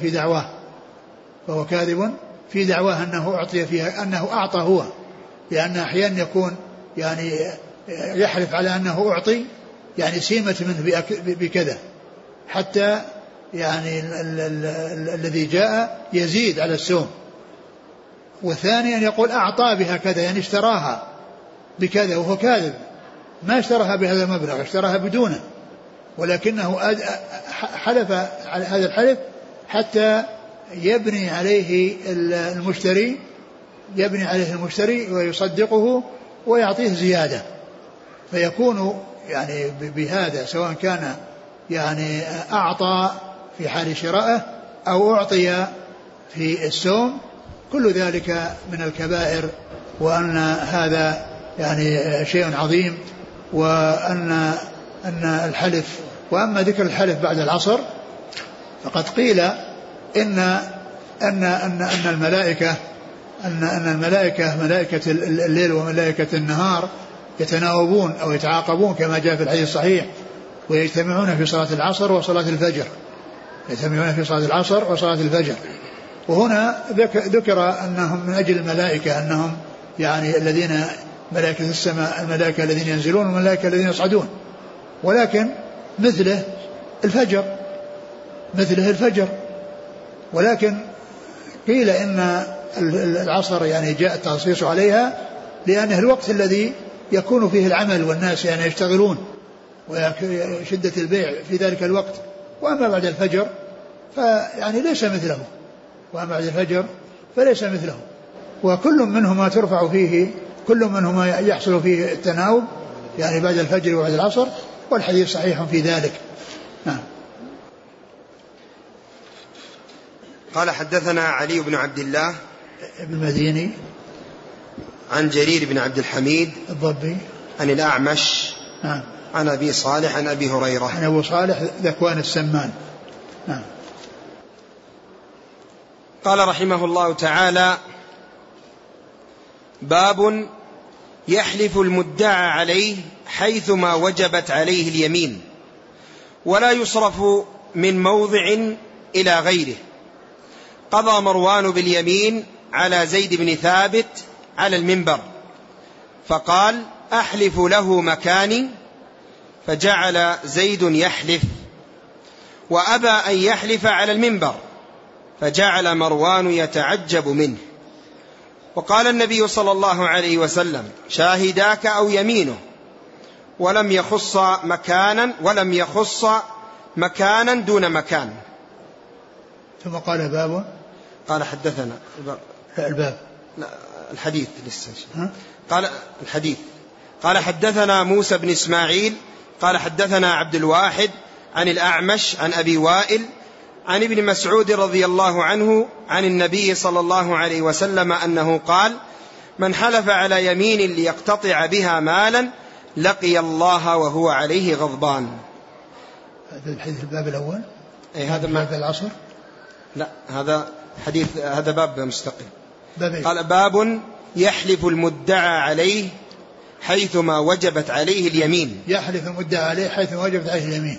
في دعواه أنه أعطي فيها، أنه أعطى هو، لأن أحيانا يكون يعني يحلف على أنه أعطي يعني سيمة منه بكذا، حتى يعني الذي جاء يزيد على السوم. والثاني أن يقول أعطى بها كذا، يعني اشتراها بكذا، وهو كاذب، ما اشتراها بهذا المبلغ، اشتراها بدونه، ولكنه حلف على هذا الحلف حتى يبني عليه المشتري ويصدقه ويعطيه زيادة، فيكون يعني بهذا سواء كان يعني أعطى في حال شرائه أو أعطي في السوم، كل ذلك من الكبائر، وأن هذا يعني شيء عظيم. وأن الحلف، وأما ذكر الحلف بعد العصر فقد قيل إن الملائكة ملائكة الليل وملائكة النهار يتناوبون أو يتعاقبون كما جاء في الحديث الصحيح، ويجتمعون في صلاة العصر وصلاة الفجر. وهنا ذكر أنهم من أجل الملائكة، أنهم يعني الذين ملائكة السماء، الملائكة الذين ينزلون والملائكة الذين يصعدون، ولكن مثله الفجر. ولكن قيل إن العصر يعني جاء التخصيص عليها لأنه الوقت الذي يكون فيه العمل والناس يعني يشتغلون وشدة البيع في ذلك الوقت. وأما بعد الفجر فيعني ليس مثله، وكل منهما ترفع فيه، كل منهما يحصل فيه التناوب، يعني بعد الفجر وبعد العصر، والحديث صحيح في ذلك. نعم. قال حدثنا علي بن عبد الله ابن المديني عن جرير بن عبد الحميد الضبي عن الأعمش نعم عن أبي صالح عن أبي هريرة عن أبو صالح ذكوان السمان. نعم. قال رحمه الله تعالى: باب يحلف المدعى عليه حيثما وجبت عليه اليمين، ولا يصرف من موضع إلى غيره. قضى مروان باليمين على زيد بن ثابت على المنبر، فقال: أحلف له مكاني، فجعل زيد يحلف وأبى أن يحلف على المنبر، فجعل مروان يتعجب منه. وقال النبي صلى الله عليه وسلم: شاهداك أو يمينه، ولم يخص مكانا دون مكان. ثم قال باب، قال حدثنا الباب، لا الحديث لسه. قال الحديث، قال حدثنا موسى بن إسماعيل قال حدثنا عبد الواحد عن الأعمش عن أبي وائل عن ابن مسعود رضي الله عنه عن النبي صلى الله عليه وسلم أنه قال: من حلف على يمين ليقتطع بها مالا لقي الله وهو عليه غضبان. هذا الحديث الباب الأول. هذا باب العصر. لا هذا حديث، هذا باب مستقل. قال باب يحلف المدعى عليه حيثما وجبت عليه اليمين. يحلف المدعى عليه حيثما وجبت عليه اليمين،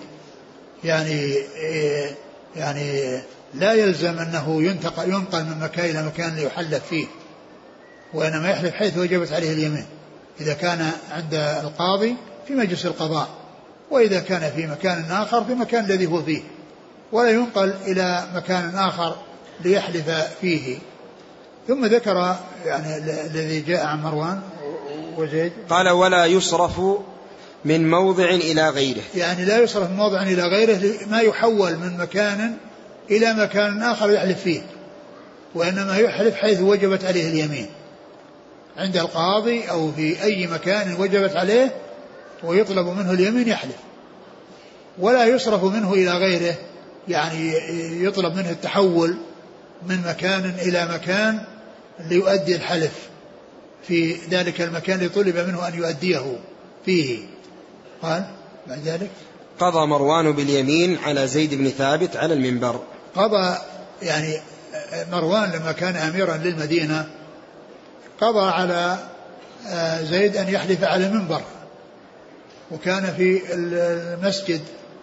يعني لا يلزم أنه ينقل من مكان إلى مكان ليحلف فيه، وإنما يحلف حيث وجبت عليه اليمين إذا كان عند القاضي في مجلس القضاء، وإذا كان في مكان آخر في مكان الذي هو فيه، ولا ينقل إلى مكان آخر ليحلف فيه. ثم ذكر يعني الذي جاء عن مروان وزيد، قال ولا يصرف من موضع إلى غيره، يعني لا يصرف من موضع إلى غيره، ما يحول من مكان إلى مكان آخر يحلف فيه، وإنما يحلف حيث وجبت عليه اليمين عند القاضي أو في أي مكان وجبت عليه ويطلب منه اليمين يحلف. ولا يصرف منه إلى غيره، يعني يطلب منه التحول من مكان إلى مكان ليؤدي الحلف في ذلك المكان اللي طلب منه أن يؤديه فيه. قال بعد ذلك قضى مروان باليمين على زيد بن ثابت على المنبر. قضى يعني مروان لما كان أميرا للمدينة قضى على زيد أن يحلف على المنبر، وكان في المسجد،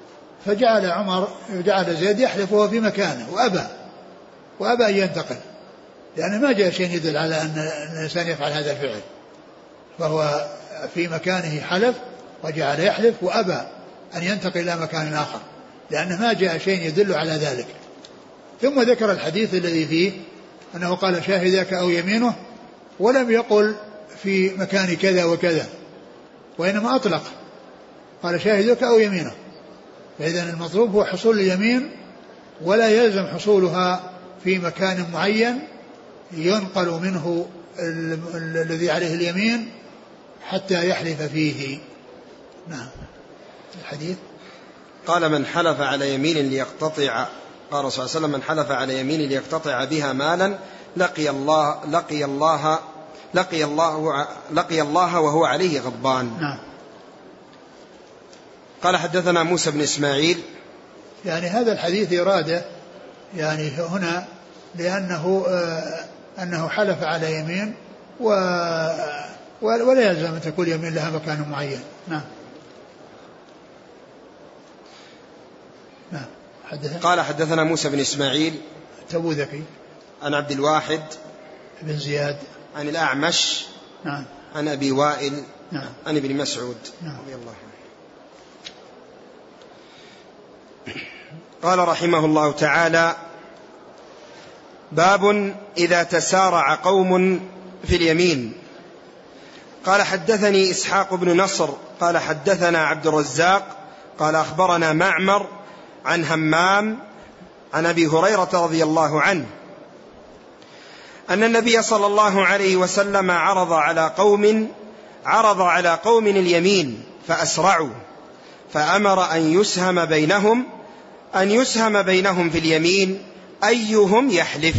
فجعل زيد يحلف وهو في مكانه وأبى أن ينتقل، لأنه ما جاء شيء يدل على أن الإنسان يفعل هذا الفعل، فهو في مكانه حلف وجعل يحلف وأبى أن ينتقل إلى مكان آخر، لأنه ما جاء شيء يدل على ذلك. ثم ذكر الحديث الذي فيه أنه قال شاهدك أو يمينه، ولم يقل في مكان كذا وكذا، وإنما أطلق قال شاهدك أو يمينه. فإذن المطلوب هو حصول اليمين، ولا يلزم حصولها في مكان معين ينقل منه الذي عليه اليمين حتى يحلف فيه. نعم. الحديث قال من حلف على يمين ليقتطع، قال رسول الله صلى الله عليه وسلم من حلف على يمين ليقتطع بها مالا لقي الله وهو عليه غضبان. نعم. قال حدثنا موسى بن إسماعيل، يعني هذا الحديث إرادة يعني هنا لأنه أنه حلف على يمين ولا يلزم أن تكون يمين لها مكان معين. نعم. نعم. قال حدثنا موسى بن إسماعيل تبوذكي عن عبد الواحد بن زياد عن الأعمش نعم عن أبي وائل نعم عن ابن مسعود نعم رضي الله عنه. قال رحمه الله تعالى باب إذا تسارع قوم في اليمين. قال حدثني إسحاق بن نصر قال حدثنا عبد الرزاق قال أخبرنا معمر عن همام عن أبي هريرة رضي الله عنه أن النبي صلى الله عليه وسلم عرض على قوم اليمين فأسرعوا، فأمر أن يسهم بينهم في اليمين أيهم يحلف.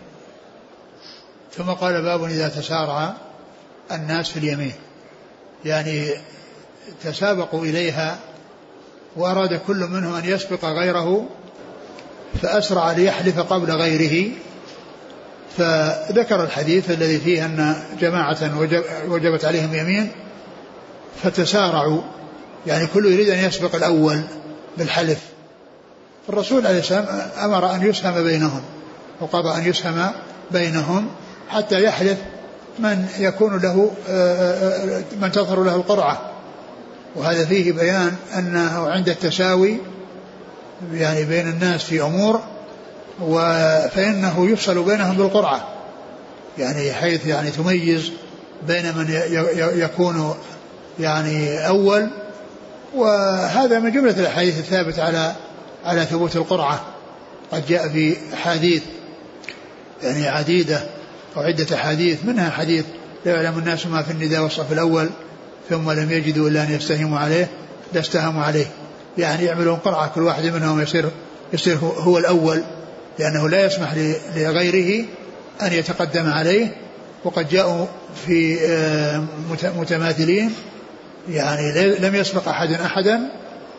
ثم قال باب إذا تسارع الناس في اليمين، يعني تسابقوا إليها وأراد كل منهم أن يسبق غيره فأسرع ليحلف قبل غيره. فذكر الحديث الذي فيه أن جماعة وجبت عليهم يمين فتسارعوا، يعني كل يريد أن يسبق الأول بالحلف. الرسول عليه السلام أمر أن يسهم بينهم، وقضى أن يسهم بينهم حتى يحلف من يكون له من تظهر له القرعة. وهذا فيه بيان أنه عند التساوي يعني بين الناس في أمور فإنه يفصل بينهم بالقرعة، يعني حيث يعني تميز بين من يكون يعني أول. وهذا من جملة الحديث الثابت على ثبوت القرعة. قد جاء في حديث يعني عديدة أو عدة حديث، منها حديث لا يعلم الناس ما في النداء والصف الأول ثم لم يجدوا إلا أن يستهموا عليه لاستهموا عليه، يعني يعملون قرعة كل واحد منهم يصير هو الأول، لأنه لا يسمح لغيره أن يتقدم عليه. وقد جاءوا في متماثلين، يعني لم يسبق أحدا،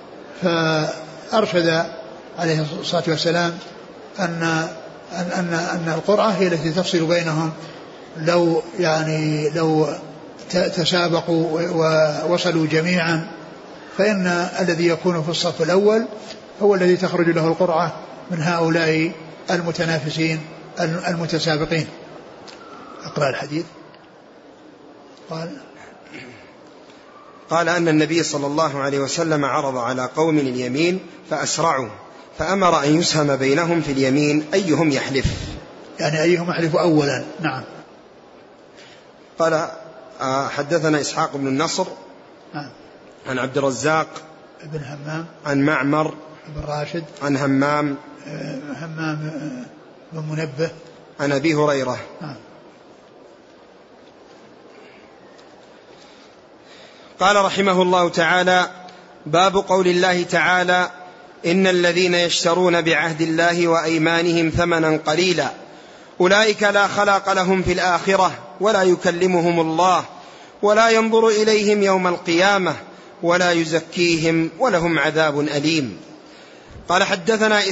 فأرشد عليه الصلاة والسلام أن القرعة هي التي تفصل بينهم لو تسابقوا ووصلوا جميعا، فإن الذي يكون في الصف الأول هو الذي تخرج له القرعة من هؤلاء المتنافسين المتسابقين. أقرأ الحديث. قال أن النبي صلى الله عليه وسلم عرض على قوم اليمين فأسرعوا، فأمر أن يسهم بينهم في اليمين أيهم يحلف، يعني أيهم يحلف أولا. نعم. قال حدثنا إسحاق بن النصر عن عبد الرزاق بن همام عن معمر بن راشد عن همام بن منبه عن أبي هريرة قال رحمه الله تعالى: باب قول الله تعالى: إن الذين يشترون بعهد الله وأيمانهم ثمنا قليلا أولئك لا خلاق لهم في الآخرة ولا يكلمهم الله ولا ينظر إليهم يوم القيامة ولا يزكيهم ولهم عذاب أليم. قال حدثنا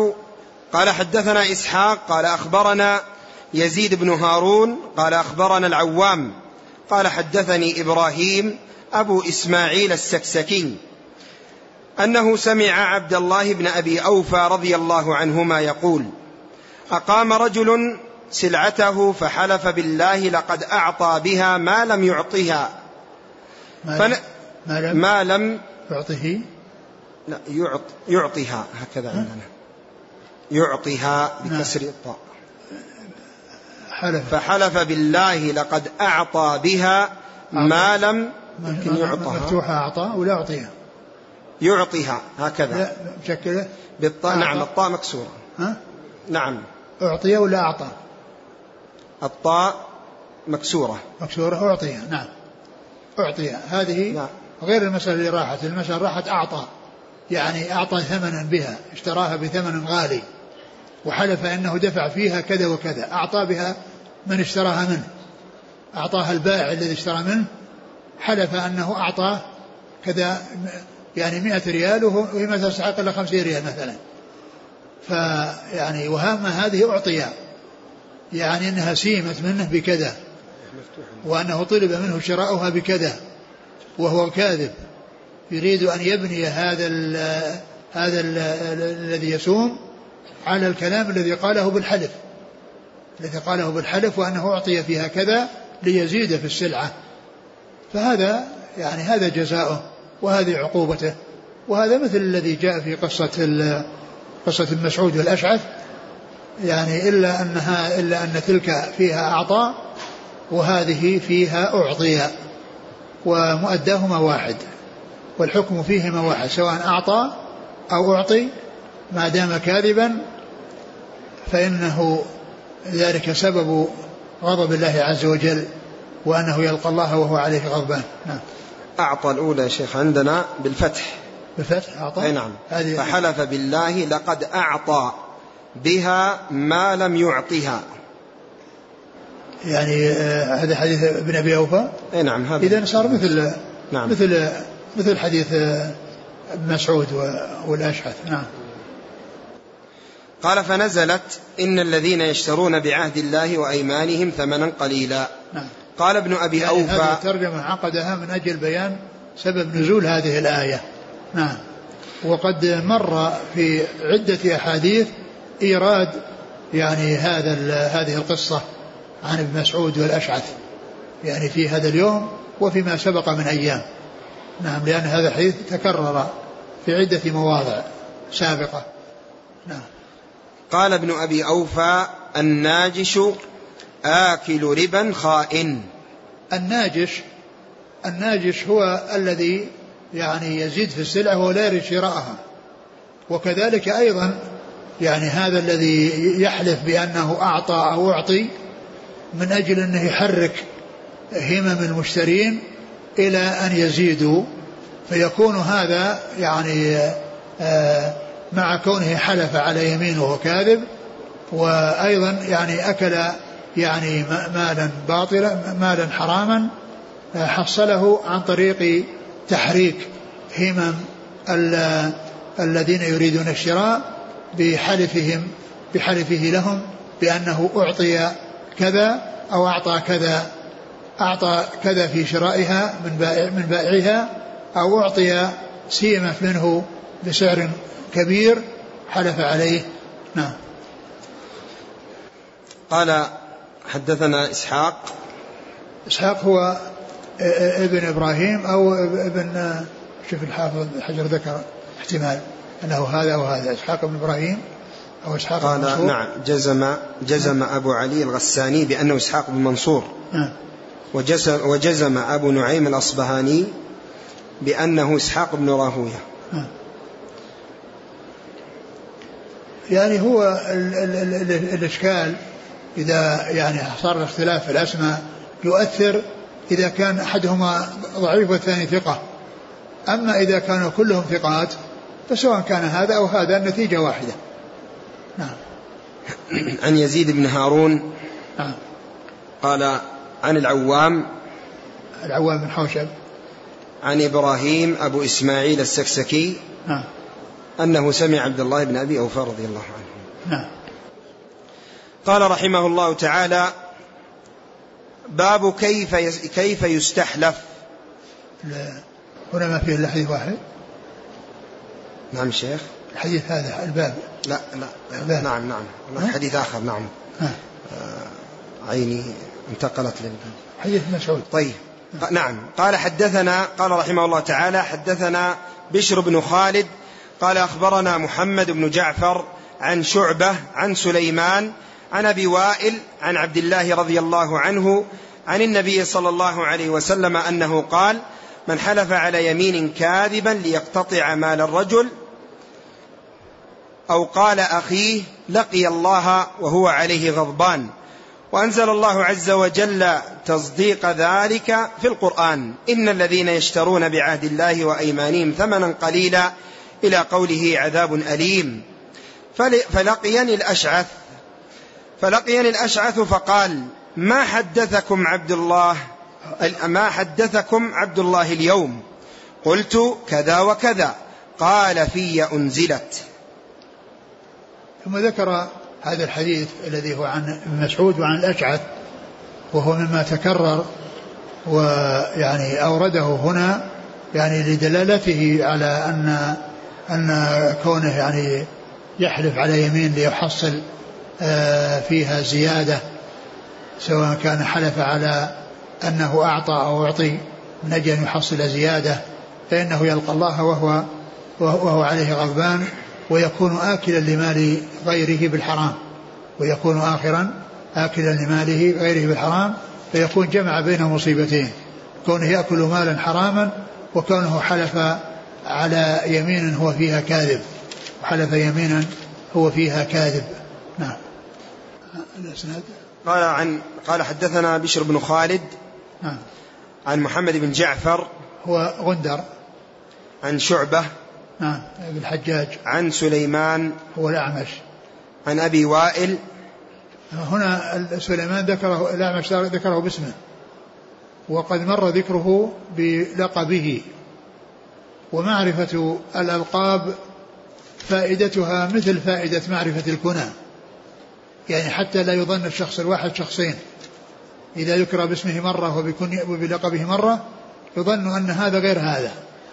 إسحاق قال أخبرنا يزيد بن هارون قال أخبرنا العوام قال حدثني إبراهيم أبو إسماعيل السكسكي أنه سمع عبد الله بن أبي أوفى رضي الله عنهما يقول: أقام رجل سلعته فحلف بالله لقد أعطى بها ما لم يعطها ما لم يعطه لا يعطيها، هكذا عندنا يعطيها بكسر الطاء. فحلف بالله لقد أعطى بها ما لم يمكن يعطها، مفتوحة أعطى ولا أعطيها، يعطيها هكذا مشكلة بالطاء. نعم الطاء مكسورة. نعم أعطي ولا أعطى؟ الطاء مكسورة أعطيها. نعم أعطيها هذه. نعم. غير المسألة اللي راحت، المسألة راحت أعطى، يعني أعطى ثمنا بها، اشتراها بثمن غالي وحلف أنه دفع فيها كذا وكذا، أعطى بها من اشتراها منه، أعطاها البائع الذي اشترى منه، حلف أنه أعطاه كذا، يعني 100 ريال وهي ما تستحق إلا 50 ريال مثلا، فيعني وهما هذه أعطيها، يعني أنها سيمت منه بكذا وأنه طلب منه شراؤها بكذا وهو كاذب، يريد أن يبني هذا الذي يسوم على الكلام الذي قاله بالحلف، وأنه أعطي فيها كذا ليزيد في السلعة. فهذا يعني هذا جزاؤه وهذه عقوبته، وهذا مثل الذي جاء في قصة المسعود والأشعث، يعني إلا أن تلك فيها أعطى وهذه فيها أعطي، ومؤداهما واحد والحكم فيهما واحد، سواء أعطى أو أعطي ما دام كاذبا فإنه ذلك سبب غضب الله عز وجل، وأنه يلقى الله وهو عليه غضبان. أعطى الأولى يا شيخ عندنا بالفتح أعطى. أي نعم. فحلف بالله لقد أعطى بها ما لم يعطها، يعني هذا حديث ابن أبي أوفى. أي نعم. إذن صار مثل نعم. مثل حديث ابن مسعود والأشعث. نعم. قال: فنزلت إن الذين يشترون بعهد الله وأيمانهم ثمنا قليلا. نعم. قال ابن أبي أوفى: هذه الترجمة عقدها من أجل بيان سبب نزول هذه الآية. نعم. وقد مر في عدة أحاديث إيراد يعني هذه القصة عن ابن مسعود والأشعث، يعني في هذا اليوم وفيما سبق من أيام. نعم. لأن هذا الحديث تكرر في عدة مواضع سابقة. نعم. قال ابن أبي أوفى: الناجش آكل ربا خائن. الناجش هو الذي يعني يزيد في السلعة ولا يريد شراءها، وكذلك أيضا يعني هذا الذي يحلف بأنه أعطى أو أعطي من أجل أنه يحرك همم المشترين إلى أن يزيدوا، فيكون هذا يعني مع كونه حلف على يمين وهو كاذب، وأيضا يعني أكل يعني مالا باطلا مالا حراما حصله عن طريق تحريك همم الذين يريدون الشراء بحلفه لهم بأنه أعطي كذا أو أعطى كذا في شرائها من بائعها أو أعطي سيمة منه بسعر كبير حلف عليه. نعم. قال حدثنا إسحاق هو ابن إبراهيم أو ابن شوف الحافظ حجر ذكر احتمال أنه هذا وهذا إسحاق بن إبراهيم أو إسحاق قال بن منصور. نعم جزم أبو علي الغساني بأنه إسحاق بن منصور. وجزم أبو نعيم الأصبهاني بأنه إسحاق بن راهويه. يعني هو الإشكال إذا يعني صار الاختلاف في الأسماء يؤثر إذا كان أحدهما ضعيف والثاني ثقة. أما إذا كانوا كلهم ثقات فسواء كان هذا أو هذا النتيجة واحدة. نعم. عن يزيد بن هارون. نعم. قال عن العوام بن حوشب عن إبراهيم أبو إسماعيل السكسكي. نعم. أنه سمع عبد الله بن أبي أوفى رضي الله عنه. نعم. قال رحمه الله تعالى: باب كيف يستحلف. هنا ما فيه إلا حديث واحد. نعم شيخ. الحديث هذا الباب. لا نعم حديث آخر. نعم. عيني انتقلت حديث مسعود. طيب. نعم. قال رحمه الله تعالى: حدثنا بشر بن خالد قال أخبرنا محمد بن جعفر عن شعبة عن سليمان عن أبي وائل عن عبد الله رضي الله عنه عن النبي صلى الله عليه وسلم أنه قال: من حلف على يمين كاذبا ليقتطع مال الرجل أو قال أخيه لقي الله وهو عليه غضبان. وأنزل الله عز وجل تصديق ذلك في القرآن: إن الذين يشترون بعهد الله وأيمانهم ثمنا قليلا إلى قوله عذاب أليم. فلقيني الأشعث فقال: ما حدثكم عبد الله اليوم؟ قلت: كذا وكذا. قال: في أنزلت. ثم ذكر هذا الحديث الذي هو عن ابن مسعود وعن الأشعث، وهو مما تكرر، ويعني أورده هنا يعني لدلالته على أن كونه يعني يحلف على يمين ليحصل فيها زيادة، سواء كان حلف على أنه أعطى أو أعطي من أجل أن يحصل زيادة، فإنه يلقى الله وهو عليه غضبان، ويكون آكلا لمال غيره بالحرام، ويكون آكلا لماله غيره بالحرام، فيكون جمع بين مصيبتين: كونه يأكل مالا حراما، وكونه حلف على يمين هو فيها كاذب، وحلف يمينا هو فيها كاذب. نعم. الأسناد. قال حدثنا بشر بن خالد. نعم. عن محمد بن جعفر هو غندر. عن شعبة. نعم بن الحجاج. عن سليمان هو الأعمش. عن أبي وائل. هنا سليمان ذكره الأعمش ذكره باسمه، وقد مر ذكره بلقبه. ومعرفة الألقاب فائدتها مثل فائدة معرفة الكنى، يعني حتى لا يظن الشخص الواحد شخصين، إذا ذكر باسمه مرة وبلقبه مرة يظن أن هذا غير هذا.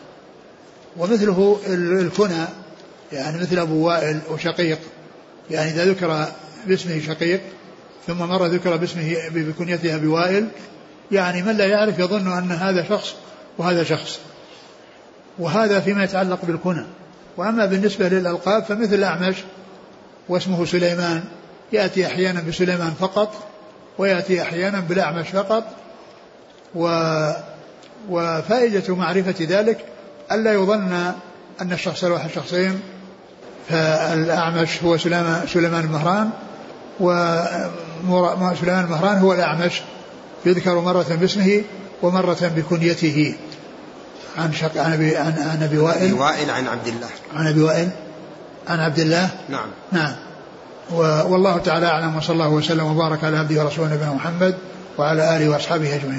ومثله الكنى، يعني مثل أبو وائل وشقيق، يعني إذا ذكر باسمه شقيق ثم مرة ذكر باسمه بكنيته أبي وائل، يعني من لا يعرف يظن أن هذا شخص وهذا شخص. وهذا فيما يتعلق بالكنى. وأما بالنسبة للألقاب فمثل الأعمش واسمه سليمان، يأتي أحيانا بسليمان فقط، ويأتي أحيانا بالأعمش فقط. وفائدة معرفة ذلك ألا يظن أن الشخص الواحد شخصين، فالأعمش هو سليمان المهران، وسليمان المهران هو الأعمش، يذكر مرة باسمه ومرة بكنيته. عن أبي وائل. عن عبد الله. عن أبي وائل عن عبد الله. نعم. نعم. والله تعالى أعلم، وصلى الله وسلم وبارك على عبده ورسوله نبينا محمد وعلى آله وأصحابه أجمعين.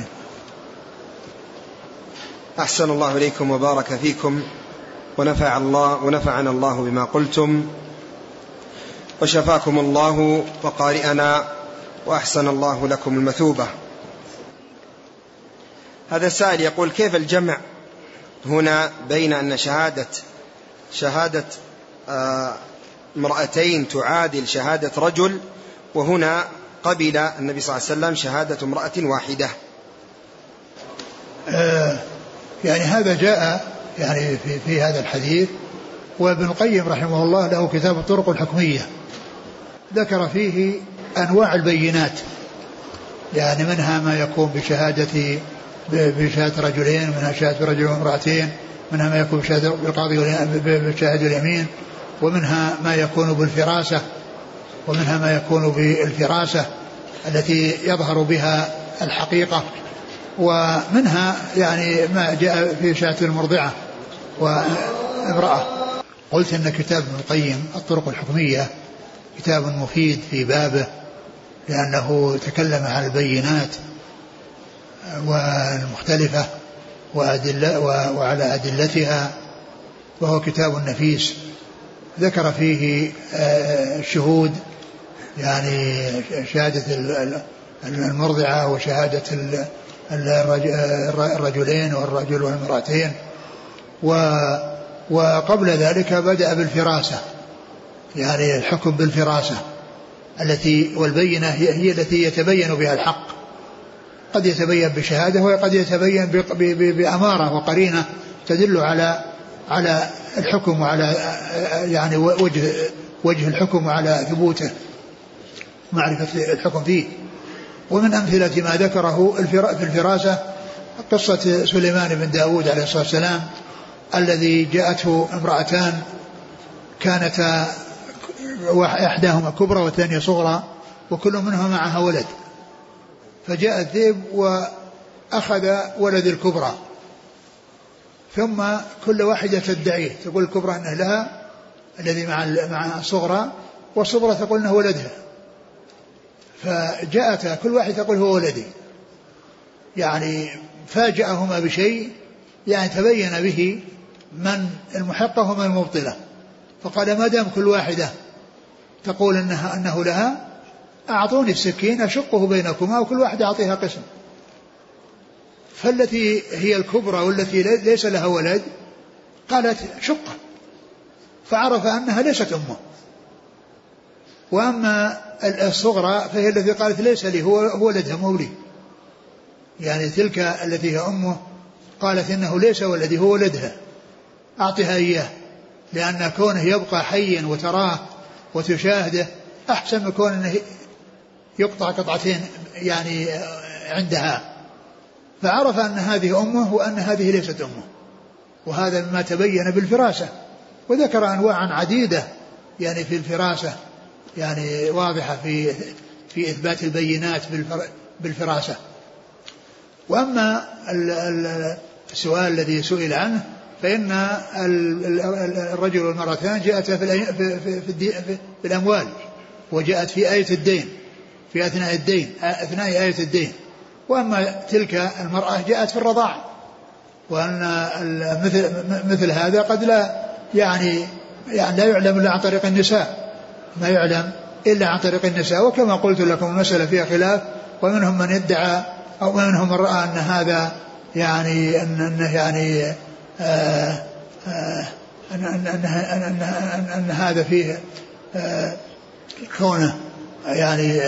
أحسن الله إليكم وبارك فيكم ونفعنا الله بما قلتم وشفاكم الله وقارئنا وأحسن الله لكم المثوبة. هذا السائل يقول: كيف الجمع هنا بين أن شهادة امرأتين تعادل شهادة رجل، وهنا قبل النبي صلى الله عليه وسلم شهادة امرأة واحدة؟ يعني هذا جاء يعني في هذا الحديث. وابن القيم رحمه الله له كتاب الطرق الحكمية ذكر فيه أنواع البينات، يعني منها ما يكون بشهادة رجلين، منها شهادة رجل وامرأتين، منها ما يكون بشهادة القاضي بشهادة اليمين، ومنها ما يكون بالفراسة، ومنها ما يكون بالفراسة التي يظهر بها الحقيقة، ومنها يعني ما جاء في شهادة المرضعة وامرأة. قلت إن كتاب ابن القيم الطرق الحكمية كتاب مفيد في بابه، لأنه تكلم عن البينات والمختلفة وعلى أدلتها، وهو كتاب نفيس. ذكر فيه الشهود، يعني شهادة المرضعة وشهادة الرجلين والرجل والمرأتين. وقبل ذلك بدأ بالفراسة، يعني الحكم بالفراسة والبينة هي التي يتبين بها الحق. قد يتبين بشهادة وقد يتبين بأمارة وقرينة تدل على الحكم وعلى يعني وجه الحكم وعلى ثبوته، معرفة الحكم فيه. ومن أمثلة ما ذكره في الفراسة قصة سليمان بن داود عليه الصلاة والسلام، الذي جاءته امرأتان كانتا إحداهما كبرى والثانية صغرى، وكل منهما معها ولد، فجاء الذئب وأخذ ولد الكبرى، ثم كل واحدة تدعيه، تقول الكبرى أنه لها الذي مع الصغرى، والصغرى تقول أنه ولدها، فجاءتها كل واحد تقول هو ولدي، يعني فاجأهما بشيء يعني تبين به من المحقة ومن المبطلة، فقال: ما دام كل واحدة تقول أنه لها، أعطوني السكين أشقه بينكما وكل واحدة أعطيها قسم. فالتي هي الكبرى والتي ليس لها ولد قالت شقه، فعرف أنها ليست أمه. وأما الصغرى فهي التي قالت ليس لي، هو ولدها مولي، يعني تلك التي هي أمه قالت إنه ليس ولدي هو ولدها، أعطها إياه، لأن كونه يبقى حيا وتراه وتشاهده أحسن من كونه يقطع قطعتين يعني عندها. فعرف أن هذه أمه وأن هذه ليست أمه، وهذا مما تبين بالفراسة. وذكر أنواعا عديدة يعني في الفراسة، يعني واضحة في إثبات البينات بالفراسة. وأما السؤال الذي سئل عنه فإن الرجل والمرأتان جاءت في الأموال، وجاءت في آية الدين، في أثناء آية الدين. وأما تلك المرأة جاءت في الرضاعة، وأن مثل هذا قد لا يعني لا يعلم إلا عن طريق النساء، ما يعلم إلا عن طريق النساء. وكما قلت لكم المسألة فيها خلاف، ومنهم من ادعى أو منهم من رأى أن هذا يعني أن هذا فيه كونه يعني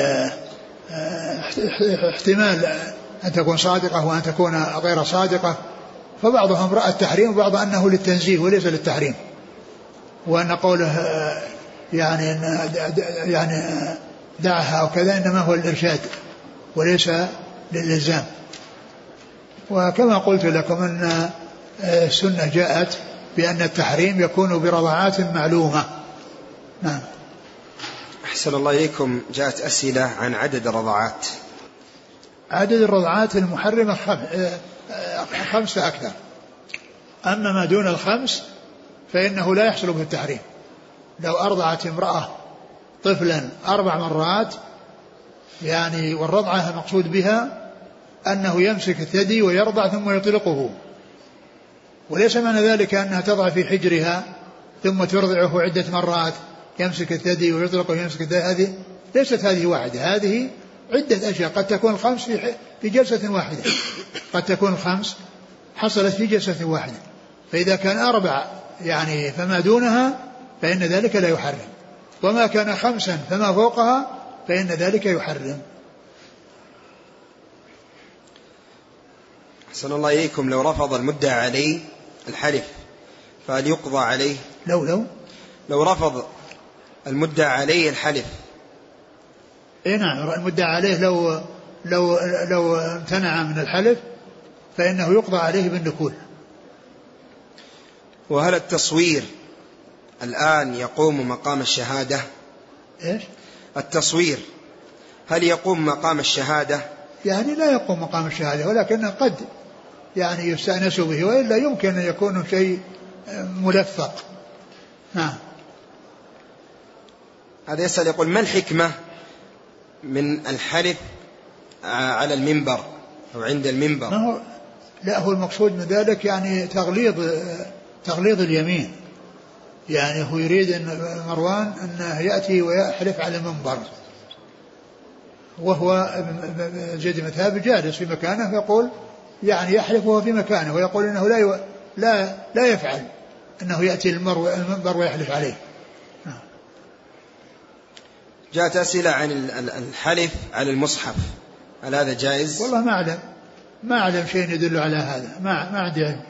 احتمال أن تكون صادقة وأن تكون غير صادقة. فبعضهم رأى التحريم وبعض أنه للتنزيه وليس للتحريم، وأن قوله يعني دعها أو كذا إنما هو الإرشاد وليس للإلزام. وكما قلت لكم أن السنة جاءت بأن التحريم يكون برضعات معلومة. نعم. أحسن الله إليكم. جاءت أسئلة عن عدد الرضعات. عدد الرضعات المحرمة 5 فأكثر، أما ما دون 5 فإنه لا يحصل به التحريم. لو أرضعت امرأة طفلا 4 مرات يعني، والرضعة المقصود بها أنه يمسك الثدي ويرضع ثم يطلقه، وليس معنى ذلك أنها تضع في حجرها ثم ترضعه عدة مرات، يمسك الثدي ويطلقه يمسك الثدي. هذه ليست هذه واحدة، هذه عدة أشياء، قد تكون 5 في جلسة واحدة، قد تكون 5 حصلت في جلسة واحدة. فإذا كان 4 يعني فما دونها فإن ذلك لا يحرم، وما كان 5 فما فوقها فإن ذلك يحرم. أحسن الله إليكم. لو رفض المدعى عليه الحلف فهل يقضى عليه؟ لو رفض المدعى عليه الحلف. إيه نعم، المدعى عليه لو امتنع من الحلف فإنه يقضى عليه بالنكول. وهل التصوير الآن يقوم مقام الشهادة؟ إيش؟ التصوير هل يقوم مقام الشهادة؟ يعني لا يقوم مقام الشهادة، ولكن قد يعني يستأنس به، وإلا يمكن أن يكون شيء ملفق. نعم. هذا يسأل يقول: ما الحكمة من الحلف على المنبر أو عند المنبر؟ هو المقصود من ذلك يعني تغليظ اليمين، يعني هو يريد أن مروان أنه يأتي ويحلف على المنبر، وهو زيد بن ثابت جالس في مكانه، فيقول يعني يحلف وهو في مكانه، ويقول إنه لا يفعل أنه يأتي المنبر ويحلف عليه. جاءت أسئلة عن الحلف على المصحف، هل هذا جائز؟ والله ما أعلم شيء يدل على هذا، ما عندي علم.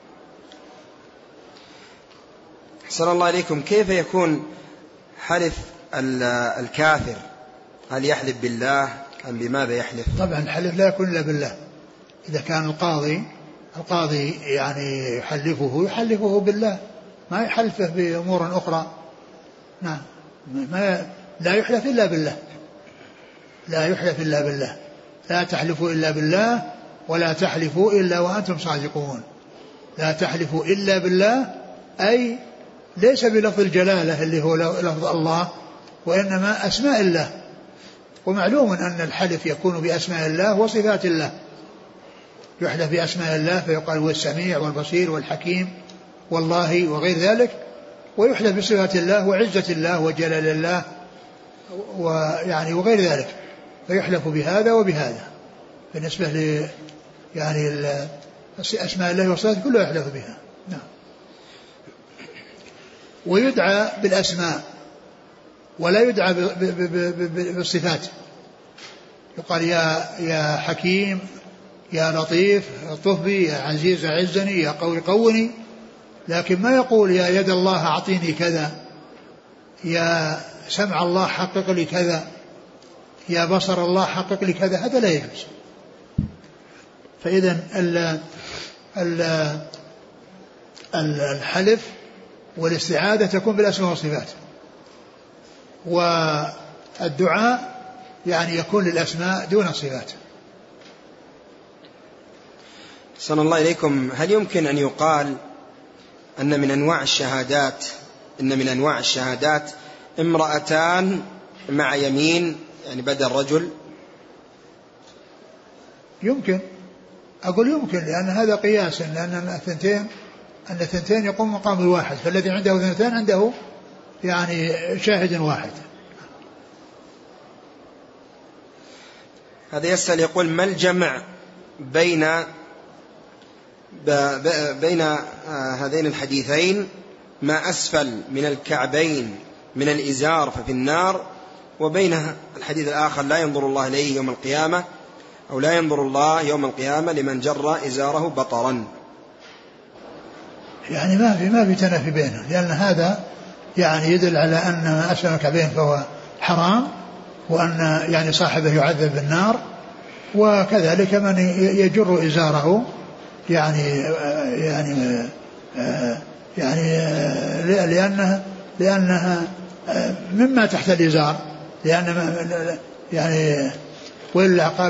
أحسن الله إليكم. كيف يكون حلف الكافر؟ هل يحلف بالله أم بماذا يحلف؟ طبعا الحلف لا يكون إلا بالله. إذا كان القاضي يعني يحلفه بالله، ما يحلفه بأمور أخرى. نعم، لا يحلف إلا بالله، لا تحلفوا إلا بالله ولا تحلفوا إلا وأنتم صادقون. لا تحلفوا إلا بالله أي ليس بلفظ الجلالة اللي هو لفظ الله، وإنما أسماء الله. ومعلوم أن الحلف يكون بأسماء الله وصفات الله، يحلف بأسماء الله فيقال هو السميع والبصير والحكيم والله وغير ذلك، ويحلف بصفات الله وعزة الله وجلال الله ويعني وغير ذلك، فيحلف بهذا وبهذا. بالنسبة يعني أسماء الله وصفاته كله يحلف بها. نعم. ويدعى بالأسماء ولا يدعى بالصفات، يقال يا حكيم، يا لطيف الطف بي، يا عزيز أعزني، يا قوي قوني، لكن ما يقول يا يد الله أعطيني كذا، يا سمع الله حقق لي كذا، يا بصر الله حقق لي كذا، هذا لا يجوز. فإذا الحلف والاستعاذة تكون بالأسماء والصفات، والدعاء يعني يكون للأسماء دون الصفات. صلى الله إليكم. هل يمكن أن يقال أن من أنواع الشهادات امرأتان مع يمين يعني بدل رجل؟ يمكن، أقول يمكن، لأن هذا قياس، لأن الثنتين يقوم مقام الواحد، فالذي عنده 2 عنده يعني شاهد واحد. هذا يسأل يقول: ما الجمع بين هذين الحديثين، ما أسفل من الكعبين من الإزار ففي النار، وبين الحديث الآخر لا ينظر الله إليه يوم القيامة، أو لا ينظر الله يوم القيامة لمن جر إزاره بطرا؟ يعني ما في تنافي بينه، لأن هذا يعني يدل على أن ما أسفل من الكعبين فهو حرام، وأن يعني صاحبه يعذب بالنار، وكذلك من يجر إزاره لأنها مما تحت الإزار، لأن يعني والعقاب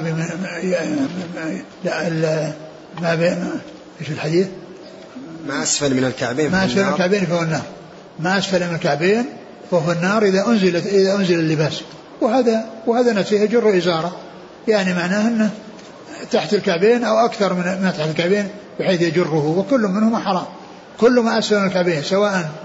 ما ايش الحديث؟ ما أسفل من الكعبين فهو النار، ما أسفل من الكعبين فهو النار إذا أنزل اللباس. وهذا نفسه يجر إزارة، يعني معناه أنه تحت الكعبين أو أكثر من تحت الكعبين بحيث يجره، وكل منهما حرام. كل ما أسفل الكعبين سواء